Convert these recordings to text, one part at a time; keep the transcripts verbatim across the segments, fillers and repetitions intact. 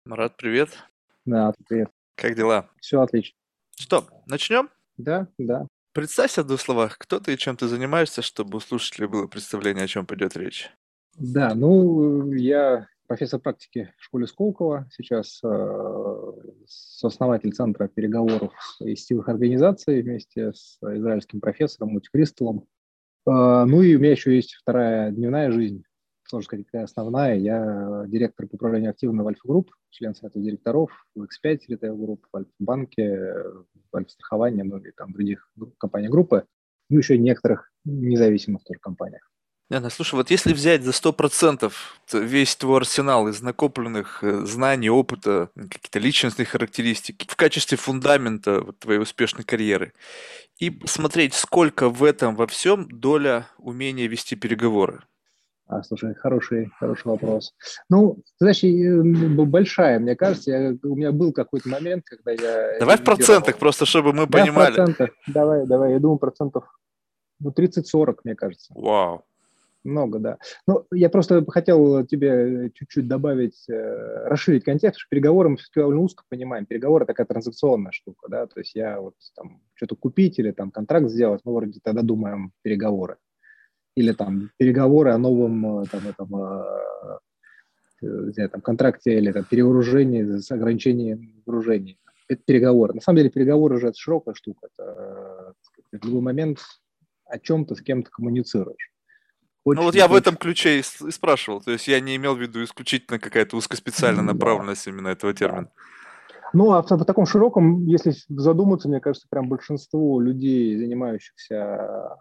Марат, привет. Да, привет. Как дела? Все отлично. Что, начнем? Да, да. Представься в двух словах, кто ты и чем ты занимаешься, чтобы у слушателей было представление, о чем пойдет речь. Да, ну, я профессор практики в школе Сколково, сейчас э, сооснователь Центра переговоров и сетевых организаций вместе с израильским профессором Мути Кристалом. Э, ну и у меня еще есть вторая дневная жизнь, сложно сказать, какая основная. Я директор по управлению активно в Альфа-групп, член совета директоров в икс пять ритейл-групп, в Альфа-банке, в Альфа-страховании, ну и там других компаний группы, ну еще и некоторых независимых тоже компаниях. Яна, слушай, вот если взять за сто процентов весь твой арсенал из накопленных э, знаний, опыта, м, какие-то личностные характеристики в качестве фундамента вот твоей успешной карьеры, и посмотреть, сколько в этом во всем доля умения вести переговоры. А, слушай, хороший, хороший вопрос. Ну, ты знаешь, и, м, большая, мне кажется, я- у меня был какой-то момент, когда я Давай в процентах, ревизировал. просто чтобы мы Да, в понимали. процентах. Давай, давай, я думаю, процентов, ну, тридцать-сорок, мне кажется. Вау. Много, да. Ну, я просто хотел тебе чуть-чуть добавить, э, расширить контекст, что переговоры мы все-таки довольно узко понимаем. Переговоры такая транзакционная штука, да, то есть я вот там что-то купить или там контракт сделать, мы вроде тогда думаем переговоры. Или там переговоры о новом э, там, этом, э, э, не знаю, там, контракте или там, перевооружении с ограничением вооружений. Это переговоры. На самом деле переговоры уже это широкая штука. Это, э, сказать, в любой момент о чем-то с кем-то коммуницируешь. Ну Хочешь, вот не я в хочешь. этом ключе и, с- и спрашивал. То есть я не имел в виду исключительно какая-то узкоспециальная Да, направленность именно этого да. термина. Ну, а в, в таком широком, если задуматься, мне кажется, прям большинство людей, занимающихся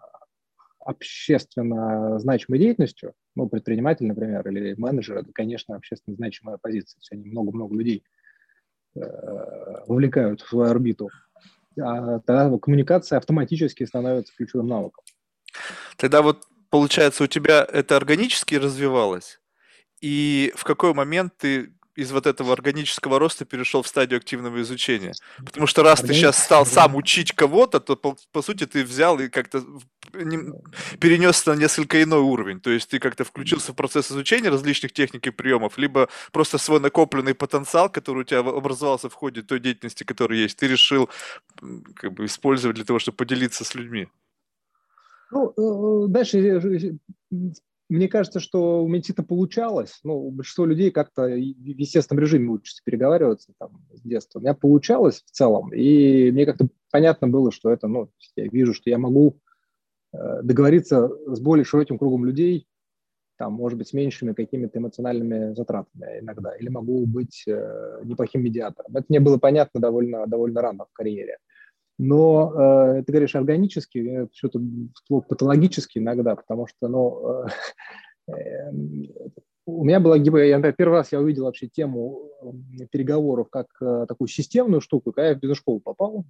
общественно значимой деятельностью, ну, предприниматель, например, или менеджер, это, конечно, общественно значимая позиция. То есть они много-много людей э, вовлекают в свою орбиту. А тогда коммуникация автоматически становится ключевым навыком. Тогда вот получается у тебя это органически развивалось, и в какой момент ты из вот этого органического роста перешел в стадию активного изучения? Потому что раз ты Органи... сейчас стал сам органи... учить кого-то, то по, по сути ты взял и как-то перенес на несколько иной уровень. То есть ты как-то включился в процесс изучения различных техник и приемов, либо просто свой накопленный потенциал, который у тебя образовался в ходе той деятельности, которая есть, ты решил м, как бы использовать для того, чтобы поделиться с людьми. Ну, э, дальше, э, мне кажется, что у меня действительно получалось. Ну, большинство людей как-то в естественном режиме учатся переговариваться там, с детства. У меня получалось в целом, и мне как-то понятно было, что это, ну, я вижу, что я могу э, договориться с более широким кругом людей, там, может быть, с меньшими какими-то эмоциональными затратами иногда, или могу быть э, неплохим медиатором. Это мне было понятно довольно, довольно рано в карьере. Но э, ты говоришь органически, что-то патологически иногда, потому что, ну, э, э, у меня была гибкая, я, например, первый раз я увидел вообще тему переговоров как э, такую системную штуку, когда я в бизнес-школу попал,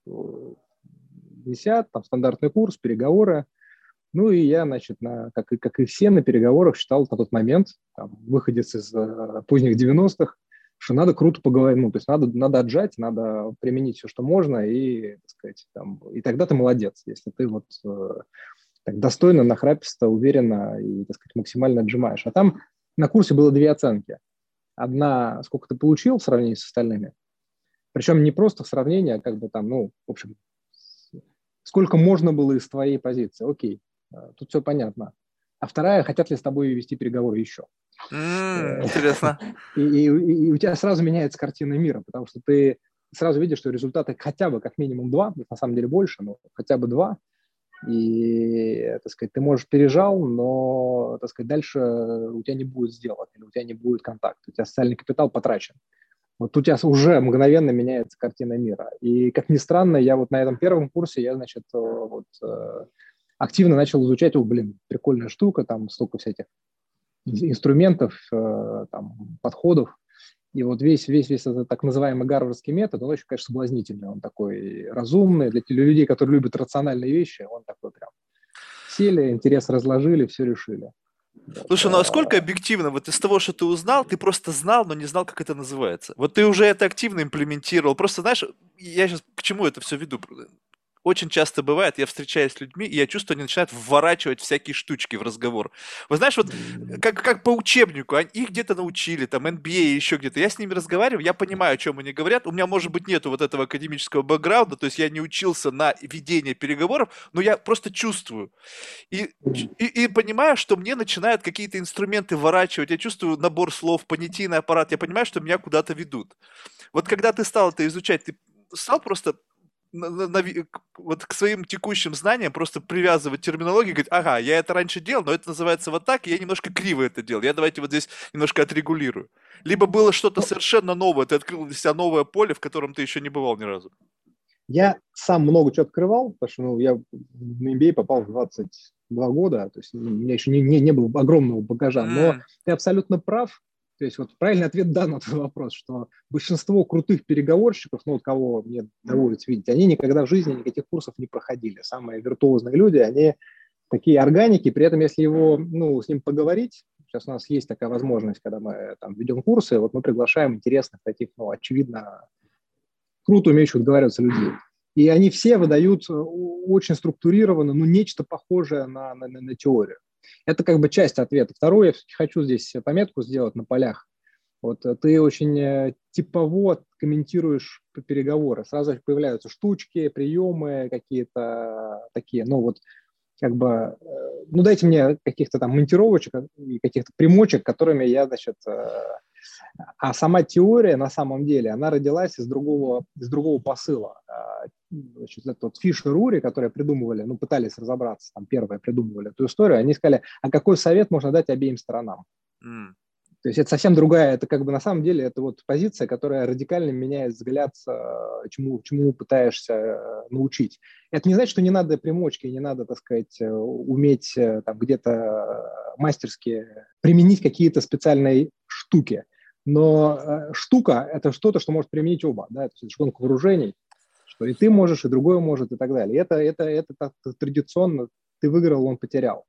висят, там стандартный курс, переговоры. Ну и я, значит, на, как, и, как и все на переговорах считал на тот момент, там, выходец из э, поздних девяностых, что надо круто поговорить, ну, то есть надо, надо отжать, надо применить все, что можно, и, так сказать, там, и тогда ты молодец, если ты вот э, так достойно, нахраписто, уверенно и, так сказать, максимально отжимаешь. А там на курсе было две оценки. Одна, сколько ты получил в сравнении с остальными, причем не просто в сравнении, а как бы там, ну, в общем, сколько можно было из твоей позиции. Окей, тут все понятно. А вторая, хотят ли с тобой вести переговоры еще. М, интересно. И, и, и у тебя сразу меняется картина мира, потому что ты сразу видишь, что результаты хотя бы как минимум два, на самом деле больше, но хотя бы два. И, так сказать, ты, можешь, пережал, но, так сказать, дальше у тебя не будет сделок, или у тебя не будет контакта, у тебя социальный капитал потрачен. Вот у тебя уже мгновенно меняется картина мира. И, как ни странно, я вот на этом первом курсе, я, значит, вот, активно начал изучать, о, блин, прикольная штука, там столько всяких инструментов, там, подходов. И вот весь, весь, весь этот так называемый гарвардский метод, он очень, конечно, соблазнительный. Он такой разумный. Для, для людей, которые любят рациональные вещи, он такой прям сели, интерес разложили, все решили. Вот. Слушай, ну а сколько объективно, вот из того, что ты узнал, ты просто знал, но не знал, как это называется. Вот ты уже это активно имплементировал. Просто, знаешь, я сейчас к чему это все веду? очень часто бывает, я встречаюсь с людьми, и я чувствую, они начинают вворачивать всякие штучки в разговор. Вы знаешь, вот как, как по учебнику, они- их где-то научили, там, Н Би Эй, еще где-то. Я с ними разговариваю, я понимаю, о чем они говорят. У меня, может быть, нету вот этого академического бэкграунда, то есть я не учился на ведение переговоров, но я просто чувствую. И, и, и понимаю, что мне начинают какие-то инструменты вворачивать, я чувствую набор слов, понятийный аппарат, я понимаю, что меня куда-то ведут. Вот когда ты стал это изучать, ты стал просто на- на- нави- к- вот к своим текущим знаниям просто привязывать терминологию и говорить, ага, я это раньше делал, но это называется вот так, и я немножко криво это делал. Я давайте вот здесь немножко отрегулирую. Либо было что-то Ну, совершенно новое, ты открыл для себя новое поле, в котором ты еще не бывал ни разу. я сам много чего открывал, потому что ну, я на М Би Эй попал в двадцать два года, то есть ну, у меня еще не, не, не было огромного багажа, но М, ты абсолютно прав. То есть вот правильный ответ да на твой вопрос, что большинство крутых переговорщиков, ну вот кого мне доводится видеть, они никогда в жизни никаких курсов не проходили. Самые виртуозные люди, они такие органики, при этом если его, ну, с ним поговорить, сейчас у нас есть такая возможность, когда мы там ведем курсы, вот мы приглашаем интересных таких, ну, очевидно, круто умеющих договариваться людей. И они все выдают очень структурированно, ну, нечто похожее на, на, на теорию. Это как бы часть ответа. Второе, я все-таки хочу здесь пометку сделать на полях. Вот ты очень типово комментируешь переговоры. Сразу появляются штучки, приемы какие-то такие. Ну вот как бы, ну дайте мне каких-то там монтировочек и каких-то примочек, которыми я, значит, а сама теория, на самом деле, она родилась из другого, из другого посыла. А, значит, это вот Фишер и Ури, которые придумывали, ну, пытались разобраться, там, первые придумывали эту историю, они сказали, а какой совет можно дать обеим сторонам? м. То есть это совсем другая, это как бы на самом деле это вот позиция, которая радикально меняет взгляд, чему, чему пытаешься научить. Это не значит, что не надо примочки, не надо, так сказать, уметь там где-то мастерски применить какие-то специальные штуки. Но э, штука – это что-то, что может применить оба. Да? Это шконка вооружений, что и ты можешь, и другой может, и так далее. И это, это, это так, традиционно ты выиграл, он потерял.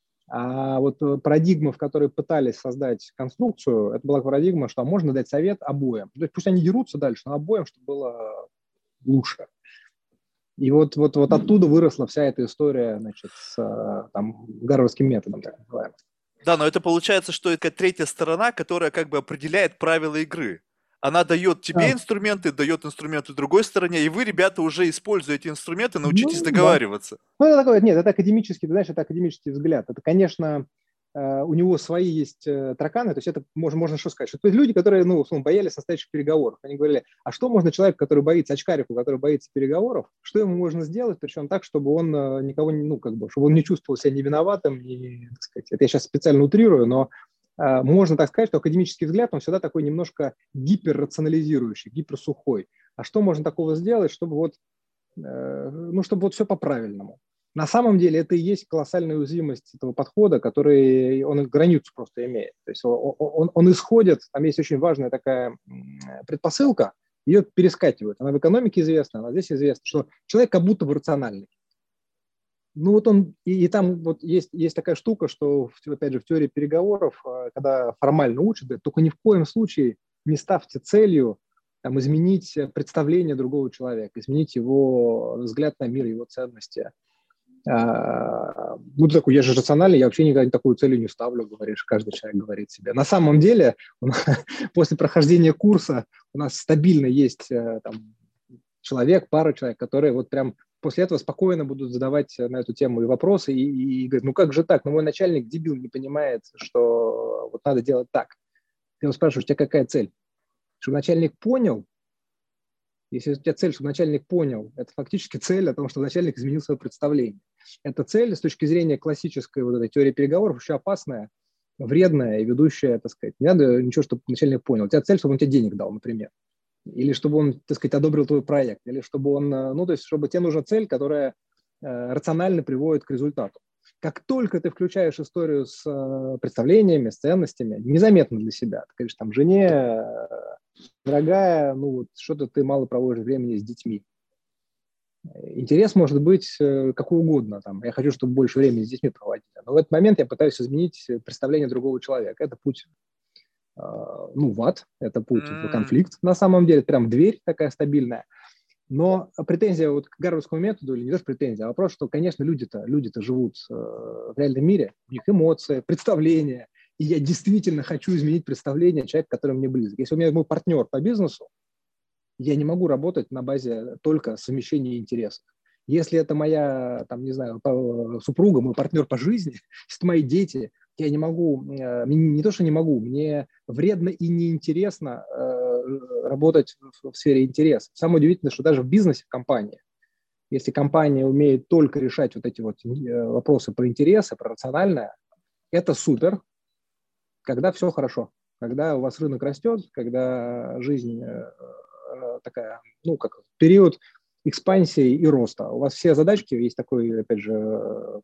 А вот парадигма, в которой пытались создать конструкцию, это была парадигма, что можно дать совет обоим. То есть пусть они дерутся дальше, но обоим, чтобы было лучше. И вот, вот, вот оттуда выросла вся эта история, значит, с там, гарвардским методом, так называемым. Да, но это получается, что это третья сторона, которая как бы определяет правила игры. Она дает тебе А, инструменты, дает инструменты другой стороне, и вы, ребята, уже используя эти инструменты, научитесь ну, да. договариваться. Ну, это такое, нет, это академический, ты знаешь, это академический взгляд. Это, конечно, э, у него свои есть э, тараканы, то есть это можно, можно что сказать, что то есть люди, которые, ну, условно, боялись настоящих переговоров, они говорили, а что можно человеку, который боится, очкарику, который боится переговоров, что ему можно сделать, причем так, чтобы он э, никого, не, ну, как бы, чтобы он не чувствовал себя не виноватым, не, так сказать, это я сейчас специально утрирую, но э, можно так сказать, что академический взгляд, он всегда такой немножко гиперрационализирующий, гиперсухой. А что можно такого сделать, чтобы вот ну, чтобы вот все по-правильному. На самом деле это и есть колоссальная уязвимость этого подхода, который он границу просто имеет. То есть он, он, он исходит, там есть очень важная такая предпосылка, ее перескакивают. Она в экономике известна, она здесь известна, что человек как будто бы рациональный. Ну вот он, и, и там вот есть, есть такая штука, что, опять же, в теории переговоров, когда формально учат, только ни в коем случае не ставьте целью там, изменить представление другого человека, изменить его взгляд на мир, его ценности. А, ну, такой, я же рациональный, я вообще никогда такую целью не ставлю, говоришь, каждый человек говорит себе. На самом деле, после прохождения курса у нас стабильно есть там, человек, пара человек, которые вот прям после этого спокойно будут задавать на эту тему и вопросы, и, и, и говорят, ну как же так, ну мой начальник дебил не понимает, что вот надо делать так. Ты его спрашиваешь, у тебя какая цель? Чтобы начальник понял, если у тебя цель, чтобы начальник понял, это фактически цель о том, что начальник изменил свое представление. Эта цель с точки зрения классической вот этой теории переговоров еще опасная, вредная и ведущая, так сказать. Не надо ничего, чтобы начальник понял. У тебя цель, чтобы он тебе денег дал, например. Или чтобы он, так сказать, одобрил твой проект. Или чтобы он, ну, то есть, чтобы тебе нужна цель, которая э, рационально приводит к результату. Как только ты включаешь историю с э, представлениями, с ценностями, незаметно для себя, ты говоришь, там, жене, э, дорогая, ну, вот что-то ты мало проводишь времени с детьми. Интерес может быть э, какой угодно. Там, я хочу, чтобы больше времени с детьми проводить. Но в этот момент я пытаюсь изменить представление другого человека. Это путь э, ну, в ад, это путь в М, конфликт. На самом деле, прям дверь такая стабильная. Но претензия вот к гарвардскому методу, или не даже претензия, а вопрос, что, конечно, люди-то, люди-то живут э, в реальном мире, у них эмоции, представления, и я действительно хочу изменить представление человека, который мне близок. Если у меня мой партнер по бизнесу, я не могу работать на базе только совмещения интересов. Если это моя, там, не знаю, супруга, мой партнер по жизни, если это мои дети, я не могу, не то, что не могу, мне вредно и неинтересно работать в сфере интересов. Самое удивительное, что даже в бизнесе, в компании, если компания умеет только решать вот эти вот вопросы про интересы, про рациональное, это супер, когда все хорошо, когда у вас рынок растет, когда жизнь такая, ну, как период экспансии и роста. У вас все задачки, есть такой, опять же,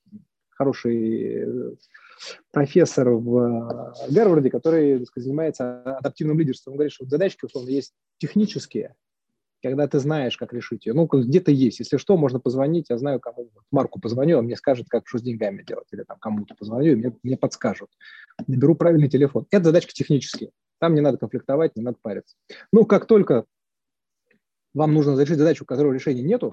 хороший профессор в Гарварде, который, так сказать, занимается адаптивным лидерством. Он говорит, что задачки, условно, есть технические, когда ты знаешь, как решить ее. Ну, где-то есть. Если что, можно позвонить, я знаю, кому. Марку позвоню, он мне скажет, как что с деньгами делать. Или там кому-то позвоню, и мне, мне подскажут. Наберу правильный телефон. Это задачки технические. Там не надо конфликтовать, не надо париться. Ну, как только вам нужно решить задачу, у которой решения нету,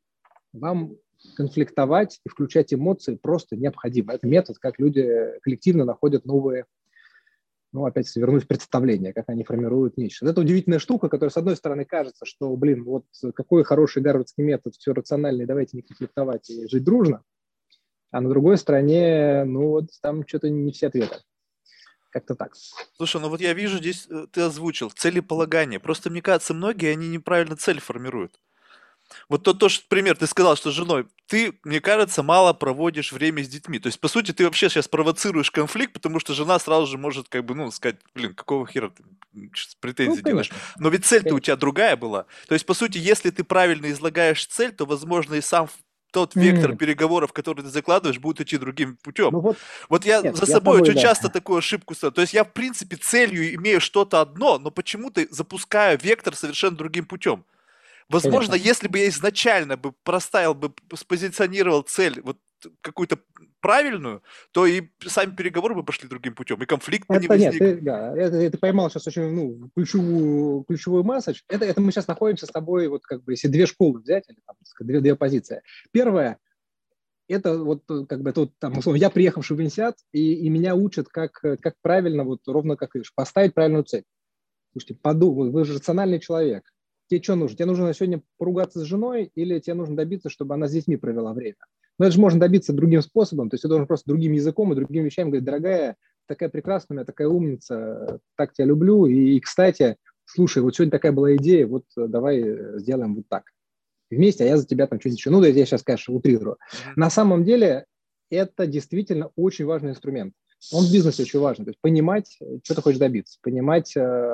вам конфликтовать и включать эмоции просто необходимо. Это метод, как люди коллективно находят новые, ну, опять вернусь в представление, как они формируют нечто. Это удивительная штука, которая, с одной стороны, кажется, что, блин, вот какой хороший гарвардский метод, все рационально, давайте не конфликтовать и жить дружно, а на другой стороне, ну, вот там что-то не все ответы. Как-то так. Слушай, ну вот я вижу здесь, ты озвучил, целеполагание. Просто, мне кажется, многие, они неправильно цель формируют. Вот тот, тот пример, ты сказал, что с женой, ты, мне кажется, мало проводишь время с детьми. То есть, по сути, ты вообще сейчас провоцируешь конфликт, потому что жена сразу же может, как бы, ну, сказать, блин, какого хера ты претензии Ну, делаешь. конечно. Но ведь цель-то Конечно. у тебя другая была. То есть, по сути, если ты правильно излагаешь цель, то, возможно, и сам тот вектор Mm. переговоров, который ты закладываешь, будет идти другим путем. Ну вот, Вот я нет, за я с собой тобой, очень да. часто такую ошибку ставлю. То есть я, в принципе, целью имею что-то одно, но почему-то запускаю вектор совершенно другим путем. Возможно, Конечно. если бы я изначально бы проставил бы, спозиционировал цель вот какую-то правильную, то и сами переговоры бы пошли другим путем, и конфликт бы не Это нет, возник. ты, да, это, ты поймал сейчас очень, ну, ключевую, ключевой месседж. Это, это мы сейчас находимся с тобой, вот как бы, если две школы взять, или там, две, две позиции. Первое, это вот как бы, это вот, там, условно, я приехавший в Инсиат, и, и меня учат, как, как правильно, вот ровно как видишь, поставить правильную цель. Слушайте, подумай, вы же рациональный человек. Тебе что нужно? Тебе нужно сегодня поругаться с женой или тебе нужно добиться, чтобы она с детьми провела время? Но это же можно добиться другим способом. То есть ты должен просто другим языком и другими вещами говорить: дорогая, такая прекрасная, у меня такая умница, так тебя люблю. И, и, кстати, слушай, вот сегодня такая была идея, вот давай сделаем вот так. Вместе, а я за тебя там что-нибудь еще. Ну, я сейчас, конечно, утрирую. Mm-hmm. На самом деле это действительно очень важный инструмент. Он в бизнесе очень важен. То есть понимать, что ты хочешь добиться, понимать...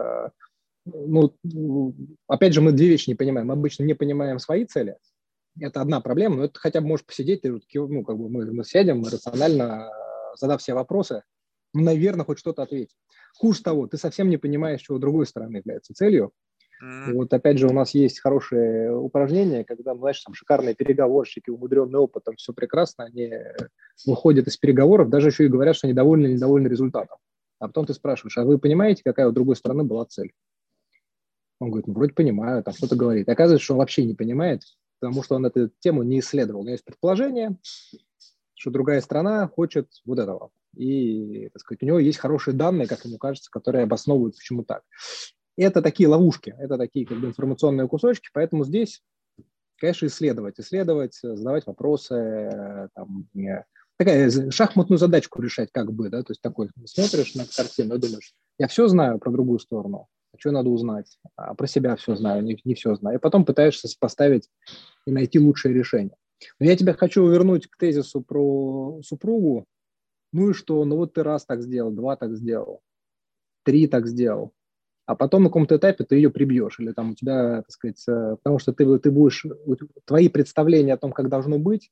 Ну, опять же, мы две вещи не понимаем. Мы обычно не понимаем свои цели. Это одна проблема, но это хотя бы можешь посидеть, ты, ну, как бы мы, мы сядем, мы рационально, задав все вопросы, ну, наверное, хоть что-то ответим. Хуже того, ты совсем не понимаешь, что у другой стороны является целью. Mm-hmm. И вот опять же у нас есть хорошее упражнение, когда, знаешь, там шикарные переговорщики, умудренные опытом, все прекрасно, они выходят из переговоров, даже еще и говорят, что они довольны или недовольны результатом. А потом ты спрашиваешь: а вы понимаете, какая у другой стороны была цель? Он говорит: ну, вроде понимаю, там что-то говорит. И оказывается, что он вообще не понимает, потому что он эту тему не исследовал. У него есть предположение, что другая страна хочет вот этого. И, так сказать, у него есть хорошие данные, как ему кажется, которые обосновывают, почему так. И это такие ловушки, это такие как бы информационные кусочки, поэтому здесь, конечно, исследовать, исследовать, задавать вопросы, там, такая шахматную задачку решать как бы, да, то есть такой смотришь на картину и думаешь: я все знаю про другую сторону, а что надо узнать, а про себя все знаю, не, не все знаю, и потом пытаешься поставить и найти лучшее решение. Но я тебя хочу вернуть к тезису про супругу. Ну и что, ну вот ты раз так сделал, два так сделал, три так сделал, а потом на каком-то этапе ты ее прибьешь, или там у тебя, так сказать, потому что ты, ты будешь, твои представления о том, как должно быть,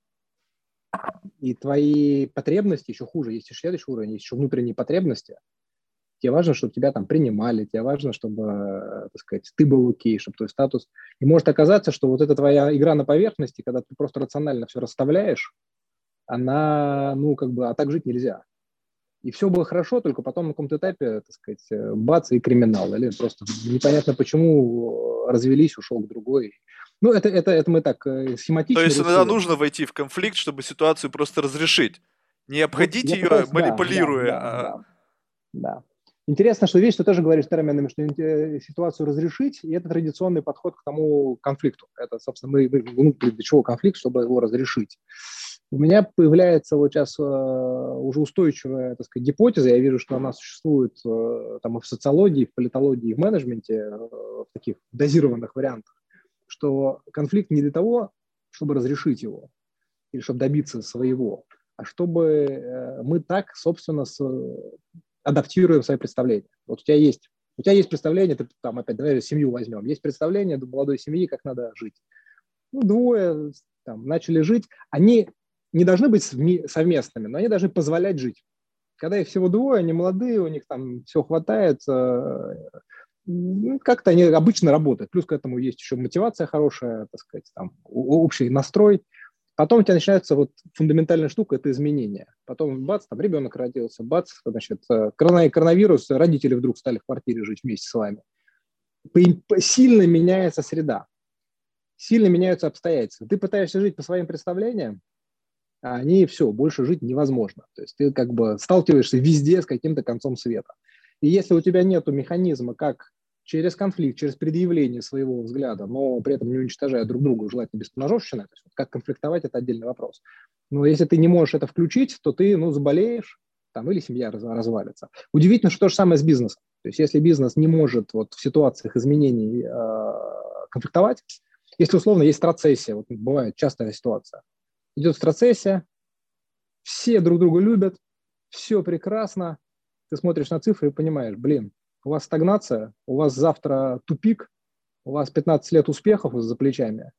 и твои потребности еще хуже. Есть еще следующий уровень, есть еще внутренние потребности. Тебе важно, чтобы тебя там принимали, тебе важно, чтобы, так сказать, ты был окей, чтобы твой статус... И может оказаться, что вот эта твоя игра на поверхности, когда ты просто рационально все расставляешь, она, ну, как бы, а так жить нельзя. И все было хорошо, только потом на каком-то этапе, так сказать, бац, и криминал. Или просто непонятно почему развелись, ушел к другой. Ну, это, это, это мы так э, То схематично есть иногда рисуем. нужно войти в конфликт, чтобы ситуацию просто разрешить. Не Вот обходить я ее, пытаюсь, да, да, манипулируя, да, а... да, да. Интересно, что видишь, ты тоже говоришь терминами, что э, ситуацию разрешить, и это традиционный подход к тому конфликту. Это, собственно, мы, мы внутри для чего конфликт, чтобы его разрешить. У меня появляется вот сейчас э, уже устойчивая, так сказать, гипотеза. Я вижу, что она существует э, там и в социологии, и в политологии, и в менеджменте э, в таких дозированных вариантах, что конфликт не для того, чтобы разрешить его или чтобы добиться своего, а чтобы э, мы так, собственно, с, адаптируем свои представления. Вот у тебя есть, у тебя есть представление, ты там опять, давай семью возьмем, есть представление молодой семьи, как надо жить. Ну, двое там начали жить, они не должны быть совместными, но они должны позволять жить. Когда их всего двое, они молодые, у них там все хватает, как-то они обычно работают. Плюс к этому есть еще мотивация хорошая, так сказать, там, общий настрой. Потом у тебя начинается вот фундаментальная штука – это изменения. Потом бац, там ребенок родился, бац, значит, коронавирус, родители вдруг стали в квартире жить вместе с вами. Сильно меняется среда, сильно меняются обстоятельства. Ты пытаешься жить по своим представлениям, а они все, больше жить невозможно. То есть ты как бы сталкиваешься везде с каким-то концом света. И если у тебя нет механизма, как через конфликт, через предъявление своего взгляда, но при этом не уничтожая друг друга, желательно без поножовщины, то есть как конфликтовать, это отдельный вопрос. Но если ты не можешь это включить, то ты, ну, заболеешь, там, или семья развалится. Удивительно, что то же самое с бизнесом. То есть если бизнес не может вот в ситуациях изменений э, конфликтовать, если условно есть страцессия, вот бывает частая ситуация, идет страцессия, все друг друга любят, все прекрасно, ты смотришь на цифры и понимаешь, блин, у вас стагнация, у вас завтра тупик, у вас пятнадцать лет успехов за плечами,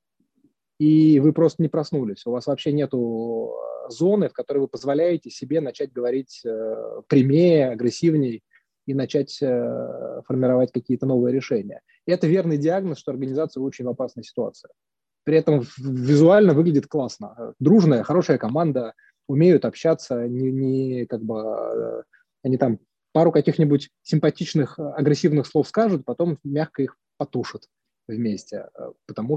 и вы просто не проснулись. У вас вообще нету зоны, в которой вы позволяете себе начать говорить э, прямее, агрессивнее и начать э, формировать какие-то новые решения. И это верный диагноз, что организация очень в опасной ситуации. При этом визуально выглядит классно. Дружная, хорошая команда, умеют общаться, не, не как бы они там пару каких-нибудь симпатичных, агрессивных слов скажут, потом мягко их потушат вместе, потому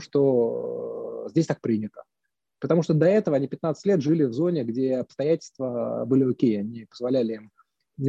что здесь так принято. Потому что до этого они пятнадцать лет жили в зоне, где обстоятельства были окей, они позволяли им не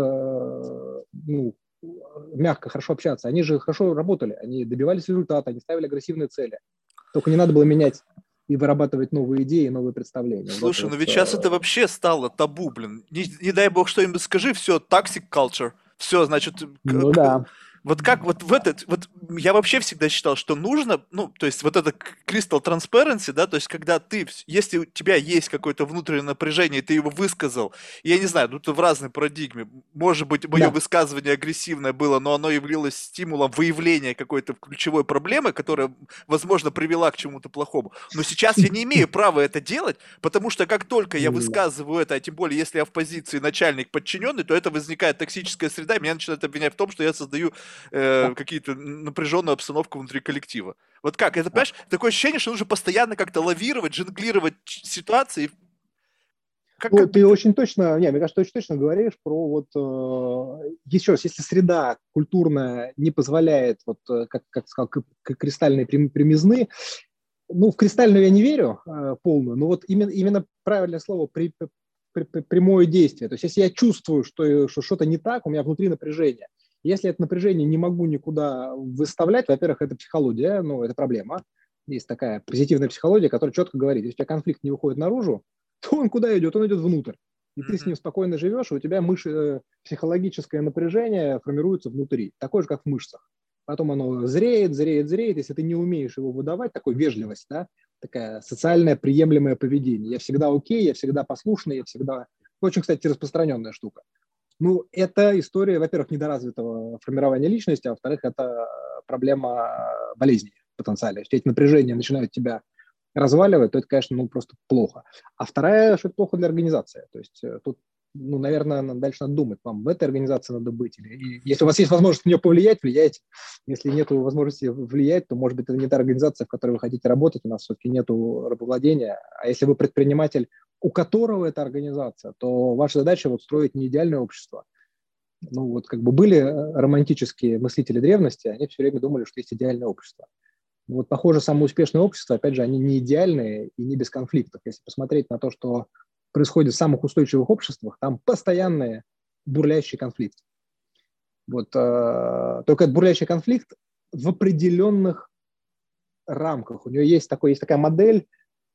только ну, мягко, хорошо общаться, они же хорошо работали, они добивались результата, они ставили агрессивные цели. Только не надо было менять и вырабатывать новые идеи, новые представления. Слушай, вот ну вот, ведь сейчас это вообще стало табу, блин. Не, не дай бог что-нибудь скажи, все, toxic culture. Все, значит, к- ну к- да. вот как вот в этот, вот я вообще всегда считал, что нужно, ну, то есть вот это crystal transparency, да, то есть когда ты, вс- если у тебя есть какое-то внутреннее напряжение, и ты его высказал, я не знаю, ну, это в разной парадигме, может быть, мое Да. высказывание агрессивное было, но оно являлось стимулом выявления какой-то ключевой проблемы, которая, возможно, привела к чему-то плохому. Но сейчас я не имею права это делать, потому что как только я Да. высказываю это, а тем более, если я в позиции начальник подчиненный, то это возникает токсическая среда, и меня начинают обвинять в том, что я создаю э, Да. какие-то напряженную обстановку внутри коллектива. Вот как? Это, Да. понимаешь, такое ощущение, что нужно постоянно как-то лавировать, жонглировать ситуации. Как, Ну, как ты быть? очень точно, не, мне кажется, ты очень точно говоришь про вот, э, еще раз, если среда культурная не позволяет, вот, э, как, как сказал, к, к кристальной прям- прямизны, ну, в кристальную я не верю э, полную, но вот именно, именно правильное слово при, при- при- прямое действие. То есть если я чувствую, что, что что-то не так, у меня внутри напряжение. Если это напряжение не могу никуда выставлять, во-первых, это психология, ну, это проблема. Есть такая позитивная психология, которая четко говорит, если у тебя конфликт не выходит наружу, то он куда идет? Он идет внутрь. И ты с Мгм. ним спокойно живешь, и у тебя мыш... э, психологическое напряжение формируется внутри, такое же, как в мышцах. Потом оно зреет, зреет, зреет. Если ты не умеешь его выдавать, такой вежливость, да, такая социальное приемлемое поведение. Я всегда окей, я всегда послушный, я всегда... Очень, кстати, распространенная штука. Ну, это история, во-первых, недоразвитого формирования личности, а во-вторых, это проблема болезни потенциальной. Если эти напряжения начинают тебя разваливать, то это, конечно, ну, просто плохо. А вторая, что это плохо для организации. То есть тут, ну, наверное, дальше надо думать, вам в этой организации надо быть. Или, и, если у вас есть возможность на нее повлиять, влияйте. Если нет возможности влиять, то, может быть, это не та организация, в которой вы хотите работать, у нас все-таки нет рабовладения. А если вы предприниматель, у которого эта организация, то ваша задача вот строить не идеальное общество. Ну, вот как бы были романтические мыслители древности, они все время думали, что есть идеальное общество. Вот, похоже, самые успешные общества, опять же, они не идеальные и не без конфликтов. Если посмотреть на то, что происходит в самых устойчивых обществах, там постоянные бурлящий конфликт. Вот, э, только этот бурлящий конфликт в определенных рамках. У нее есть, такой, есть такая модель,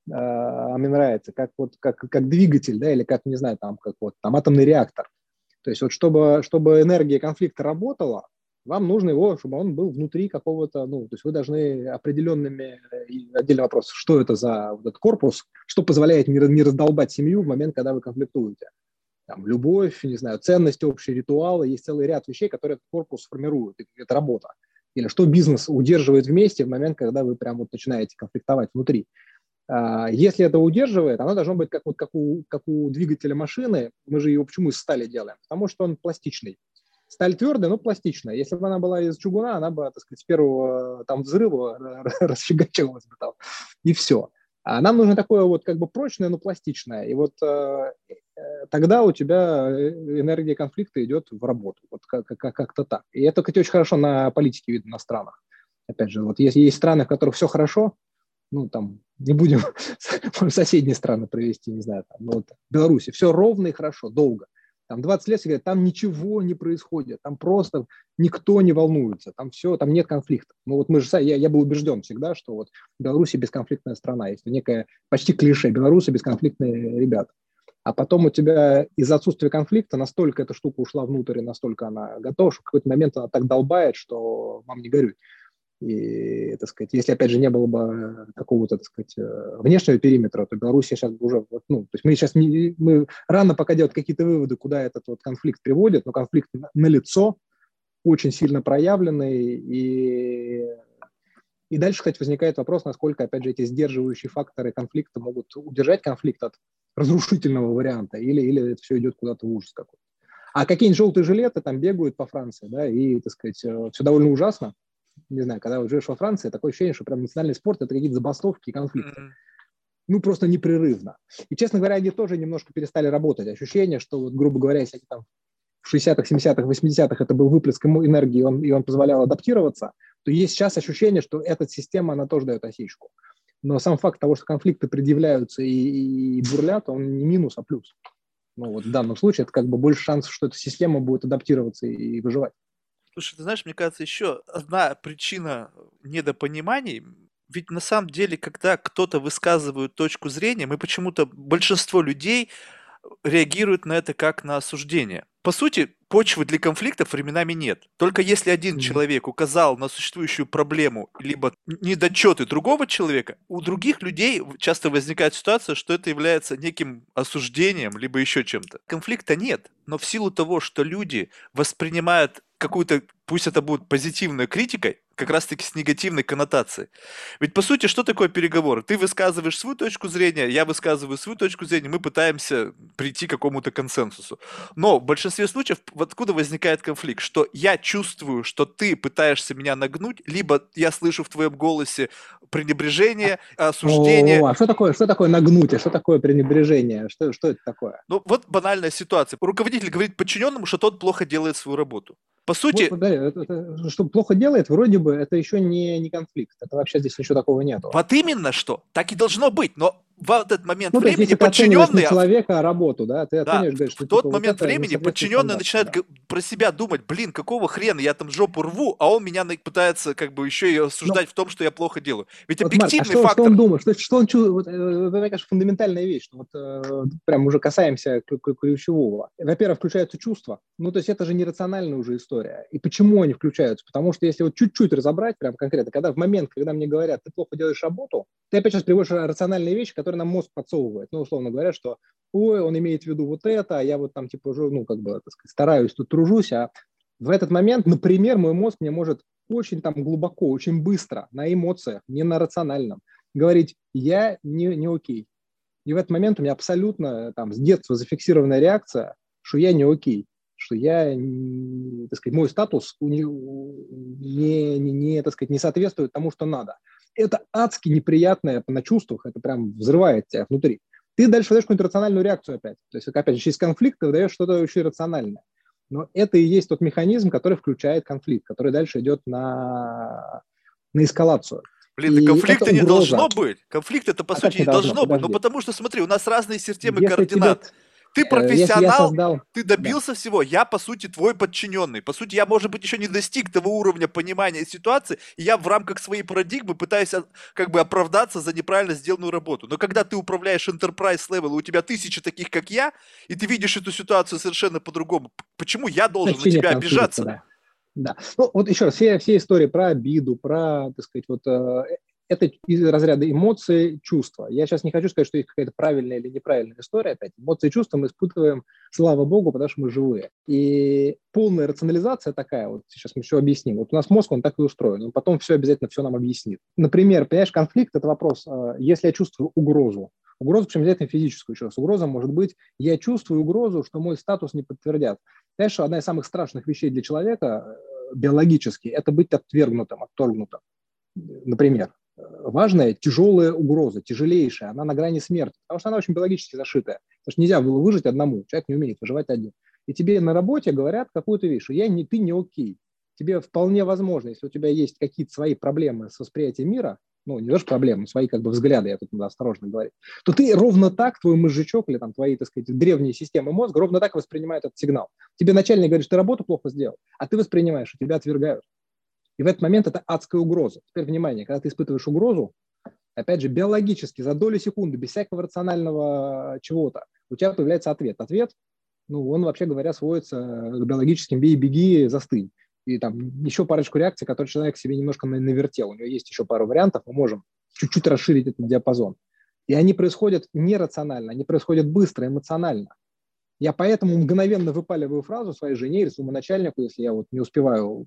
э, мне нравится, как, вот, как, как двигатель, да, или как, не знаю, там, как вот, там атомный реактор. То есть вот чтобы, чтобы энергия конфликта работала, вам нужно его, чтобы он был внутри какого-то, ну, то есть вы должны определенными, и отдельный вопрос, что это за вот этот корпус, что позволяет не, не раздолбать семью в момент, когда вы конфликтуете. Там, любовь, не знаю, ценности, общие ритуалы, есть целый ряд вещей, которые этот корпус формируют, это работа. Или что бизнес удерживает вместе в момент, когда вы прям вот начинаете конфликтовать внутри. Если это удерживает, оно должно быть как, вот, как, у, как у двигателя машины. Мы же его почему из стали делаем? Потому что он пластичный. Сталь твердая, но пластичная. Если бы она была из чугуна, она бы, так сказать, с первого там, взрыва расфигачилась бы там, и все. А нам нужно такое вот как бы прочное, но пластичное. И вот э, тогда у тебя энергия конфликта идет в работу. Вот как- как- как-то так. И это, кстати, очень хорошо на политике видно на странах. Опять же, вот если есть страны, в которых все хорошо, ну, там, не будем соседние страны привести, не знаю, там, ну, вот, в Беларуси, все ровно и хорошо, долго. Там двадцать лет, говорят, там ничего не происходит, там просто никто не волнуется, там все, там нет конфликтов. Ну, вот мы же, я, я был убежден всегда, что вот Беларусь бесконфликтная страна, есть некое почти клише, белорусы бесконфликтные ребята. А потом у тебя из-за отсутствия конфликта настолько эта штука ушла внутрь, и настолько она готова, что в какой-то момент она так долбает, что вам не горюй. И, так сказать, если, опять же, не было бы какого-то, так сказать, внешнего периметра, то Беларусь сейчас уже, ну, то есть мы сейчас не, мы рано пока делать какие-то выводы, куда этот вот конфликт приводит, но конфликт налицо, очень сильно проявленный, и, и дальше, кстати, возникает вопрос, насколько, опять же, эти сдерживающие факторы конфликта могут удержать конфликт от разрушительного варианта, или, или это все идет куда-то в ужас какой-то. А какие-нибудь желтые жилеты там бегают по Франции, да, и, так сказать, все довольно ужасно. Не знаю, когда живешь во Франции, такое ощущение, что прям национальный спорт – это какие-то забастовки и конфликты. Mm-hmm. Ну, просто непрерывно. И, честно говоря, они тоже немножко перестали работать. Ощущение, что, вот, грубо говоря, если там в шестидесятых, семидесятых, восьмидесятых это был выплеск энергии, и он, и он позволял адаптироваться, то есть сейчас ощущение, что эта система, она тоже дает осечку. Но сам факт того, что конфликты предъявляются и, и бурлят, он не минус, а плюс. Ну, вот в данном случае это как бы больше шансов, что эта система будет адаптироваться и, и выживать. Слушай, ты знаешь, мне кажется, еще одна причина недопониманий, ведь на самом деле, когда кто-то высказывает точку зрения, мы почему-то, большинство людей реагируют на это как на осуждение. По сути, почвы для конфликтов временами нет. Только если один mm-hmm. человек указал на существующую проблему, либо недочеты другого человека, у других людей часто возникает ситуация, что это является неким осуждением, либо еще чем-то. Конфликта нет, но в силу того, что люди воспринимают какую-то, пусть это будет позитивной критикой, как раз-таки с негативной коннотацией. Ведь, по сути, что такое переговоры? Ты высказываешь свою точку зрения, я высказываю свою точку зрения, мы пытаемся прийти к какому-то консенсусу. Но в большинстве случаев откуда возникает конфликт? Что я чувствую, что ты пытаешься меня нагнуть, либо я слышу в твоем голосе пренебрежение, осуждение. О, а что такое, что такое нагнуть, а что такое пренебрежение? Что, что это такое? Ну, вот банальная ситуация. Руководитель говорит подчиненному, что тот плохо делает свою работу. По сути... Вот, да, это, это, что плохо делает, вроде бы, это еще не, не конфликт. Это вообще здесь ничего такого нету. Вот именно что. Так и должно быть. Но в этот момент ну, времени есть, если подчиненные... ты не человека, а работу, да, ты да, оценишь, говоришь, что в тот типа, момент вот времени подчиненные начинают да. про себя думать, блин, какого хрена, я там жопу рву, а он меня пытается как бы еще и осуждать Но... в том, что я плохо делаю. Ведь вот, объективный Марк, а что, фактор... что он думает? Что, что он чувствует? Вот, это, конечно, фундаментальная вещь. Что вот, э, прям уже касаемся ключевого. Во-первых, включаются чувства. Ну, то есть это же нерациональная уже история. И почему они включаются? Потому что если вот чуть-чуть разобрать, прям конкретно, когда в момент, когда мне говорят, ты плохо делаешь работу, ты опять сейчас приводишь рациональные вещи, которые нам мозг подсовывает. Ну, условно говоря, что ой, он имеет в виду вот это, а я вот там типа уже, ну, как бы, так сказать, стараюсь, тут тружусь, а в этот момент, например, мой мозг мне может очень там глубоко, очень быстро, на эмоциях, не на рациональном, говорить, я не, не окей. И в этот момент у меня абсолютно там с детства зафиксированная реакция, что я не окей, что я, не, так сказать, мой статус не, не, не, не, так сказать, не соответствует тому, что надо. Это адски неприятное на чувствах, это прям взрывает тебя внутри. Ты дальше выдаешь какую-то рациональную реакцию опять. То есть, опять же, через конфликт ты выдаешь что-то очень рациональное. Но это и есть тот механизм, который включает конфликт, который дальше идет на, на эскалацию. Блин, да И это конфликта не должно угроза. быть. Конфликт это, по А как сути, не не должно? должно быть. Ну, Подожди. потому что, смотри, у нас разные системы Если тебе, координат. Ты э, если я профессионал, создал, ты да, добился всего. Я, по сути, твой подчиненный. По сути, я, может быть, еще не достиг того уровня понимания ситуации, и я в рамках своей парадигмы пытаюсь а, как бы оправдаться за неправильно сделанную работу. Но когда ты управляешь enterprise level, и у тебя тысячи таких, как я, и ты видишь эту ситуацию совершенно по-другому, п- почему я должен значит, на все нет тебя конфликта, обижаться? да. Да. Ну, вот еще раз, все, все истории про обиду, про, так сказать, вот э, это из разряда эмоций, чувства. Я сейчас не хочу сказать, что есть какая-то правильная или неправильная история. Опять, эмоции и чувства мы испытываем, слава богу, потому что мы живые. И полная рационализация такая, вот сейчас мы все объясним. Вот у нас мозг, он так и устроен, он потом все обязательно все нам объяснит. Например, понимаешь, конфликт – это вопрос, э, если я чувствую угрозу, угрозу, причем обязательно физическую еще раз. Угроза может быть, я чувствую угрозу, что мой статус не подтвердят. Знаешь, одна из самых страшных вещей для человека э, биологически – это быть отвергнутым, отторгнутым. Например, э, важная тяжелая угроза, тяжелейшая, она на грани смерти, потому что она очень биологически зашитая. Потому что нельзя было выжить одному, человек не умеет выживать один. И тебе на работе говорят какую-то вещь, что я не, ты не окей. Тебе вполне возможно, если у тебя есть какие-то свои проблемы с восприятием мира, ну, не тоже проблемы, свои как бы взгляды, я тут надо осторожно говорить, то ты ровно так, твой мозжечок или там твои, так сказать, древние системы мозга ровно так воспринимают этот сигнал. Тебе начальник говорит, что ты работу плохо сделал, а ты воспринимаешь, что тебя отвергают. И в этот момент это адская угроза. Теперь внимание, когда ты испытываешь угрозу, опять же, биологически, за долю секунды, без всякого рационального чего-то, у тебя появляется ответ. Ответ, ну, он, вообще говоря, сводится к биологическим «бей, беги, застынь». И там еще парочку реакций, которые человек себе немножко навертел. У него есть еще пару вариантов, мы можем чуть-чуть расширить этот диапазон. И они происходят нерационально, они происходят быстро, эмоционально. Я поэтому мгновенно выпаливаю фразу своей жене или своему начальнику, если я вот не успеваю.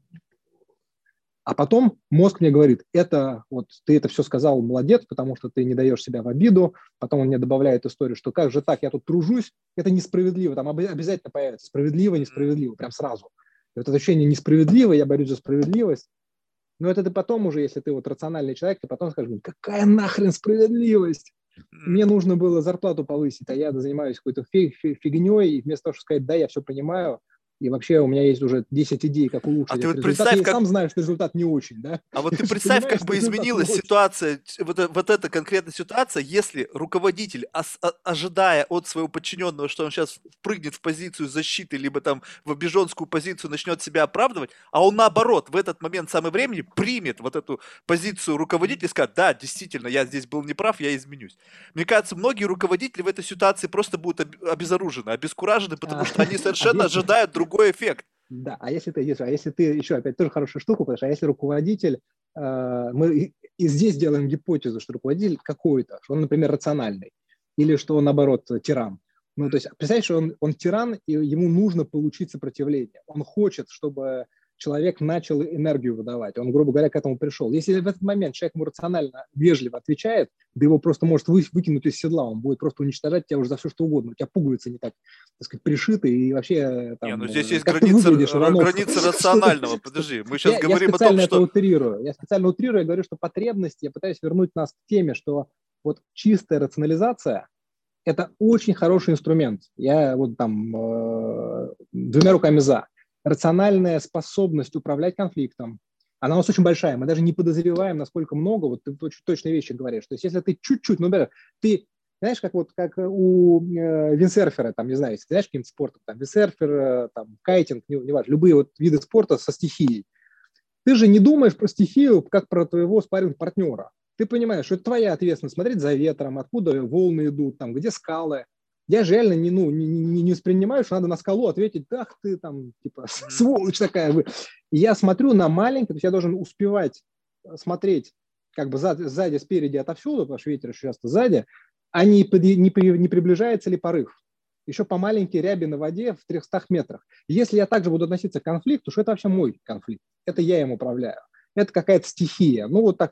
А потом мозг мне говорит, это вот ты это все сказал, молодец, потому что ты не даешь себя в обиду. Потом он мне добавляет историю, что как же так, я тут тружусь, это несправедливо. Там обязательно появится справедливо, несправедливо, прям сразу. И вот это ощущение несправедливо, я борюсь за справедливость. Но это ты потом уже, если ты вот рациональный человек, ты потом скажешь, какая нахрен справедливость? Мне нужно было зарплату повысить, а я занимаюсь какой-то фигней, и вместо того, чтобы сказать, да, я все понимаю, и вообще у меня есть уже десять идей, как А улучшить ты этот вот результат. Я представь, и как сам знаю, что результат не очень, да? А вот Я ты же представь, понимаю, как что бы результат не изменилась очень. ситуация, т- вот, э- вот эта конкретная ситуация, если руководитель, ос- а- ожидая от своего подчиненного, что он сейчас впрыгнет в позицию защиты, либо там в обиженскую позицию начнет себя оправдывать, а он наоборот в этот момент самого времени примет вот эту позицию руководителя и скажет, да, действительно, я здесь был неправ, я изменюсь. Мне кажется, многие руководители в этой ситуации просто будут об- обезоружены, обескуражены, потому А, что они а совершенно если, ожидают другой эффект. да, а если ты, если, а если ты еще опять тоже хорошую штуку, потому что а если руководитель, э, мы и, и здесь делаем гипотезу, что руководитель какой-то, что он, например, рациональный, или что он, наоборот, тиран. Ну, то есть, представляешь, что он, он тиран, и ему нужно получить сопротивление. Он хочет, чтобы человек начал энергию выдавать. Он, грубо говоря, к этому пришел. Если в этот момент человек ему рационально, вежливо отвечает, да его просто может вы, выкинуть из седла, он будет просто уничтожать тебя уже за все, что угодно. У тебя пуговицы не так, так сказать, пришиты, и вообще Не, ну там, здесь э, есть как ты граница, выглядишь, р- Иванов? граница Что ты- рационального. что- Подожди, мы сейчас Я, я говорим о том, специально это что утрирую. Я специально утрирую, я говорю, что потребность, я пытаюсь вернуть нас к теме, что вот чистая рационализация – это очень хороший инструмент. Я вот там э, двумя руками за. Рациональная способность управлять конфликтом, она у нас очень большая. Мы даже не подозреваем, насколько много. Вот ты очень точные вещи говоришь. То есть если ты чуть-чуть, ну, например, ты знаешь, как вот как у э, виндсерфера, там, не знаю, если ты знаешь каким-то спортом, там, виндсерфер, э, там, кайтинг, не, не важно, любые вот виды спорта со стихией. Ты же не думаешь про стихию, как про твоего спарринг-партнера. Ты понимаешь, что это твоя ответственность смотреть за ветром, откуда волны идут, там, где скалы. Я же реально не, ну, не, не, не воспринимаю, что надо на скалу ответить, ах ты там, типа, Мгм. сволочь такая. Вы. И я смотрю на маленькое, то есть я должен успевать смотреть как бы сзади, сзади, спереди, отовсюду, потому что ветер еще часто сзади, а не, не, не приближается ли порыв. Еще по маленькой ряби на воде в трехстах метрах. Если я также буду относиться к конфликту, что это вообще мой конфликт. Это я им управляю. Это какая-то стихия. Ну, вот так.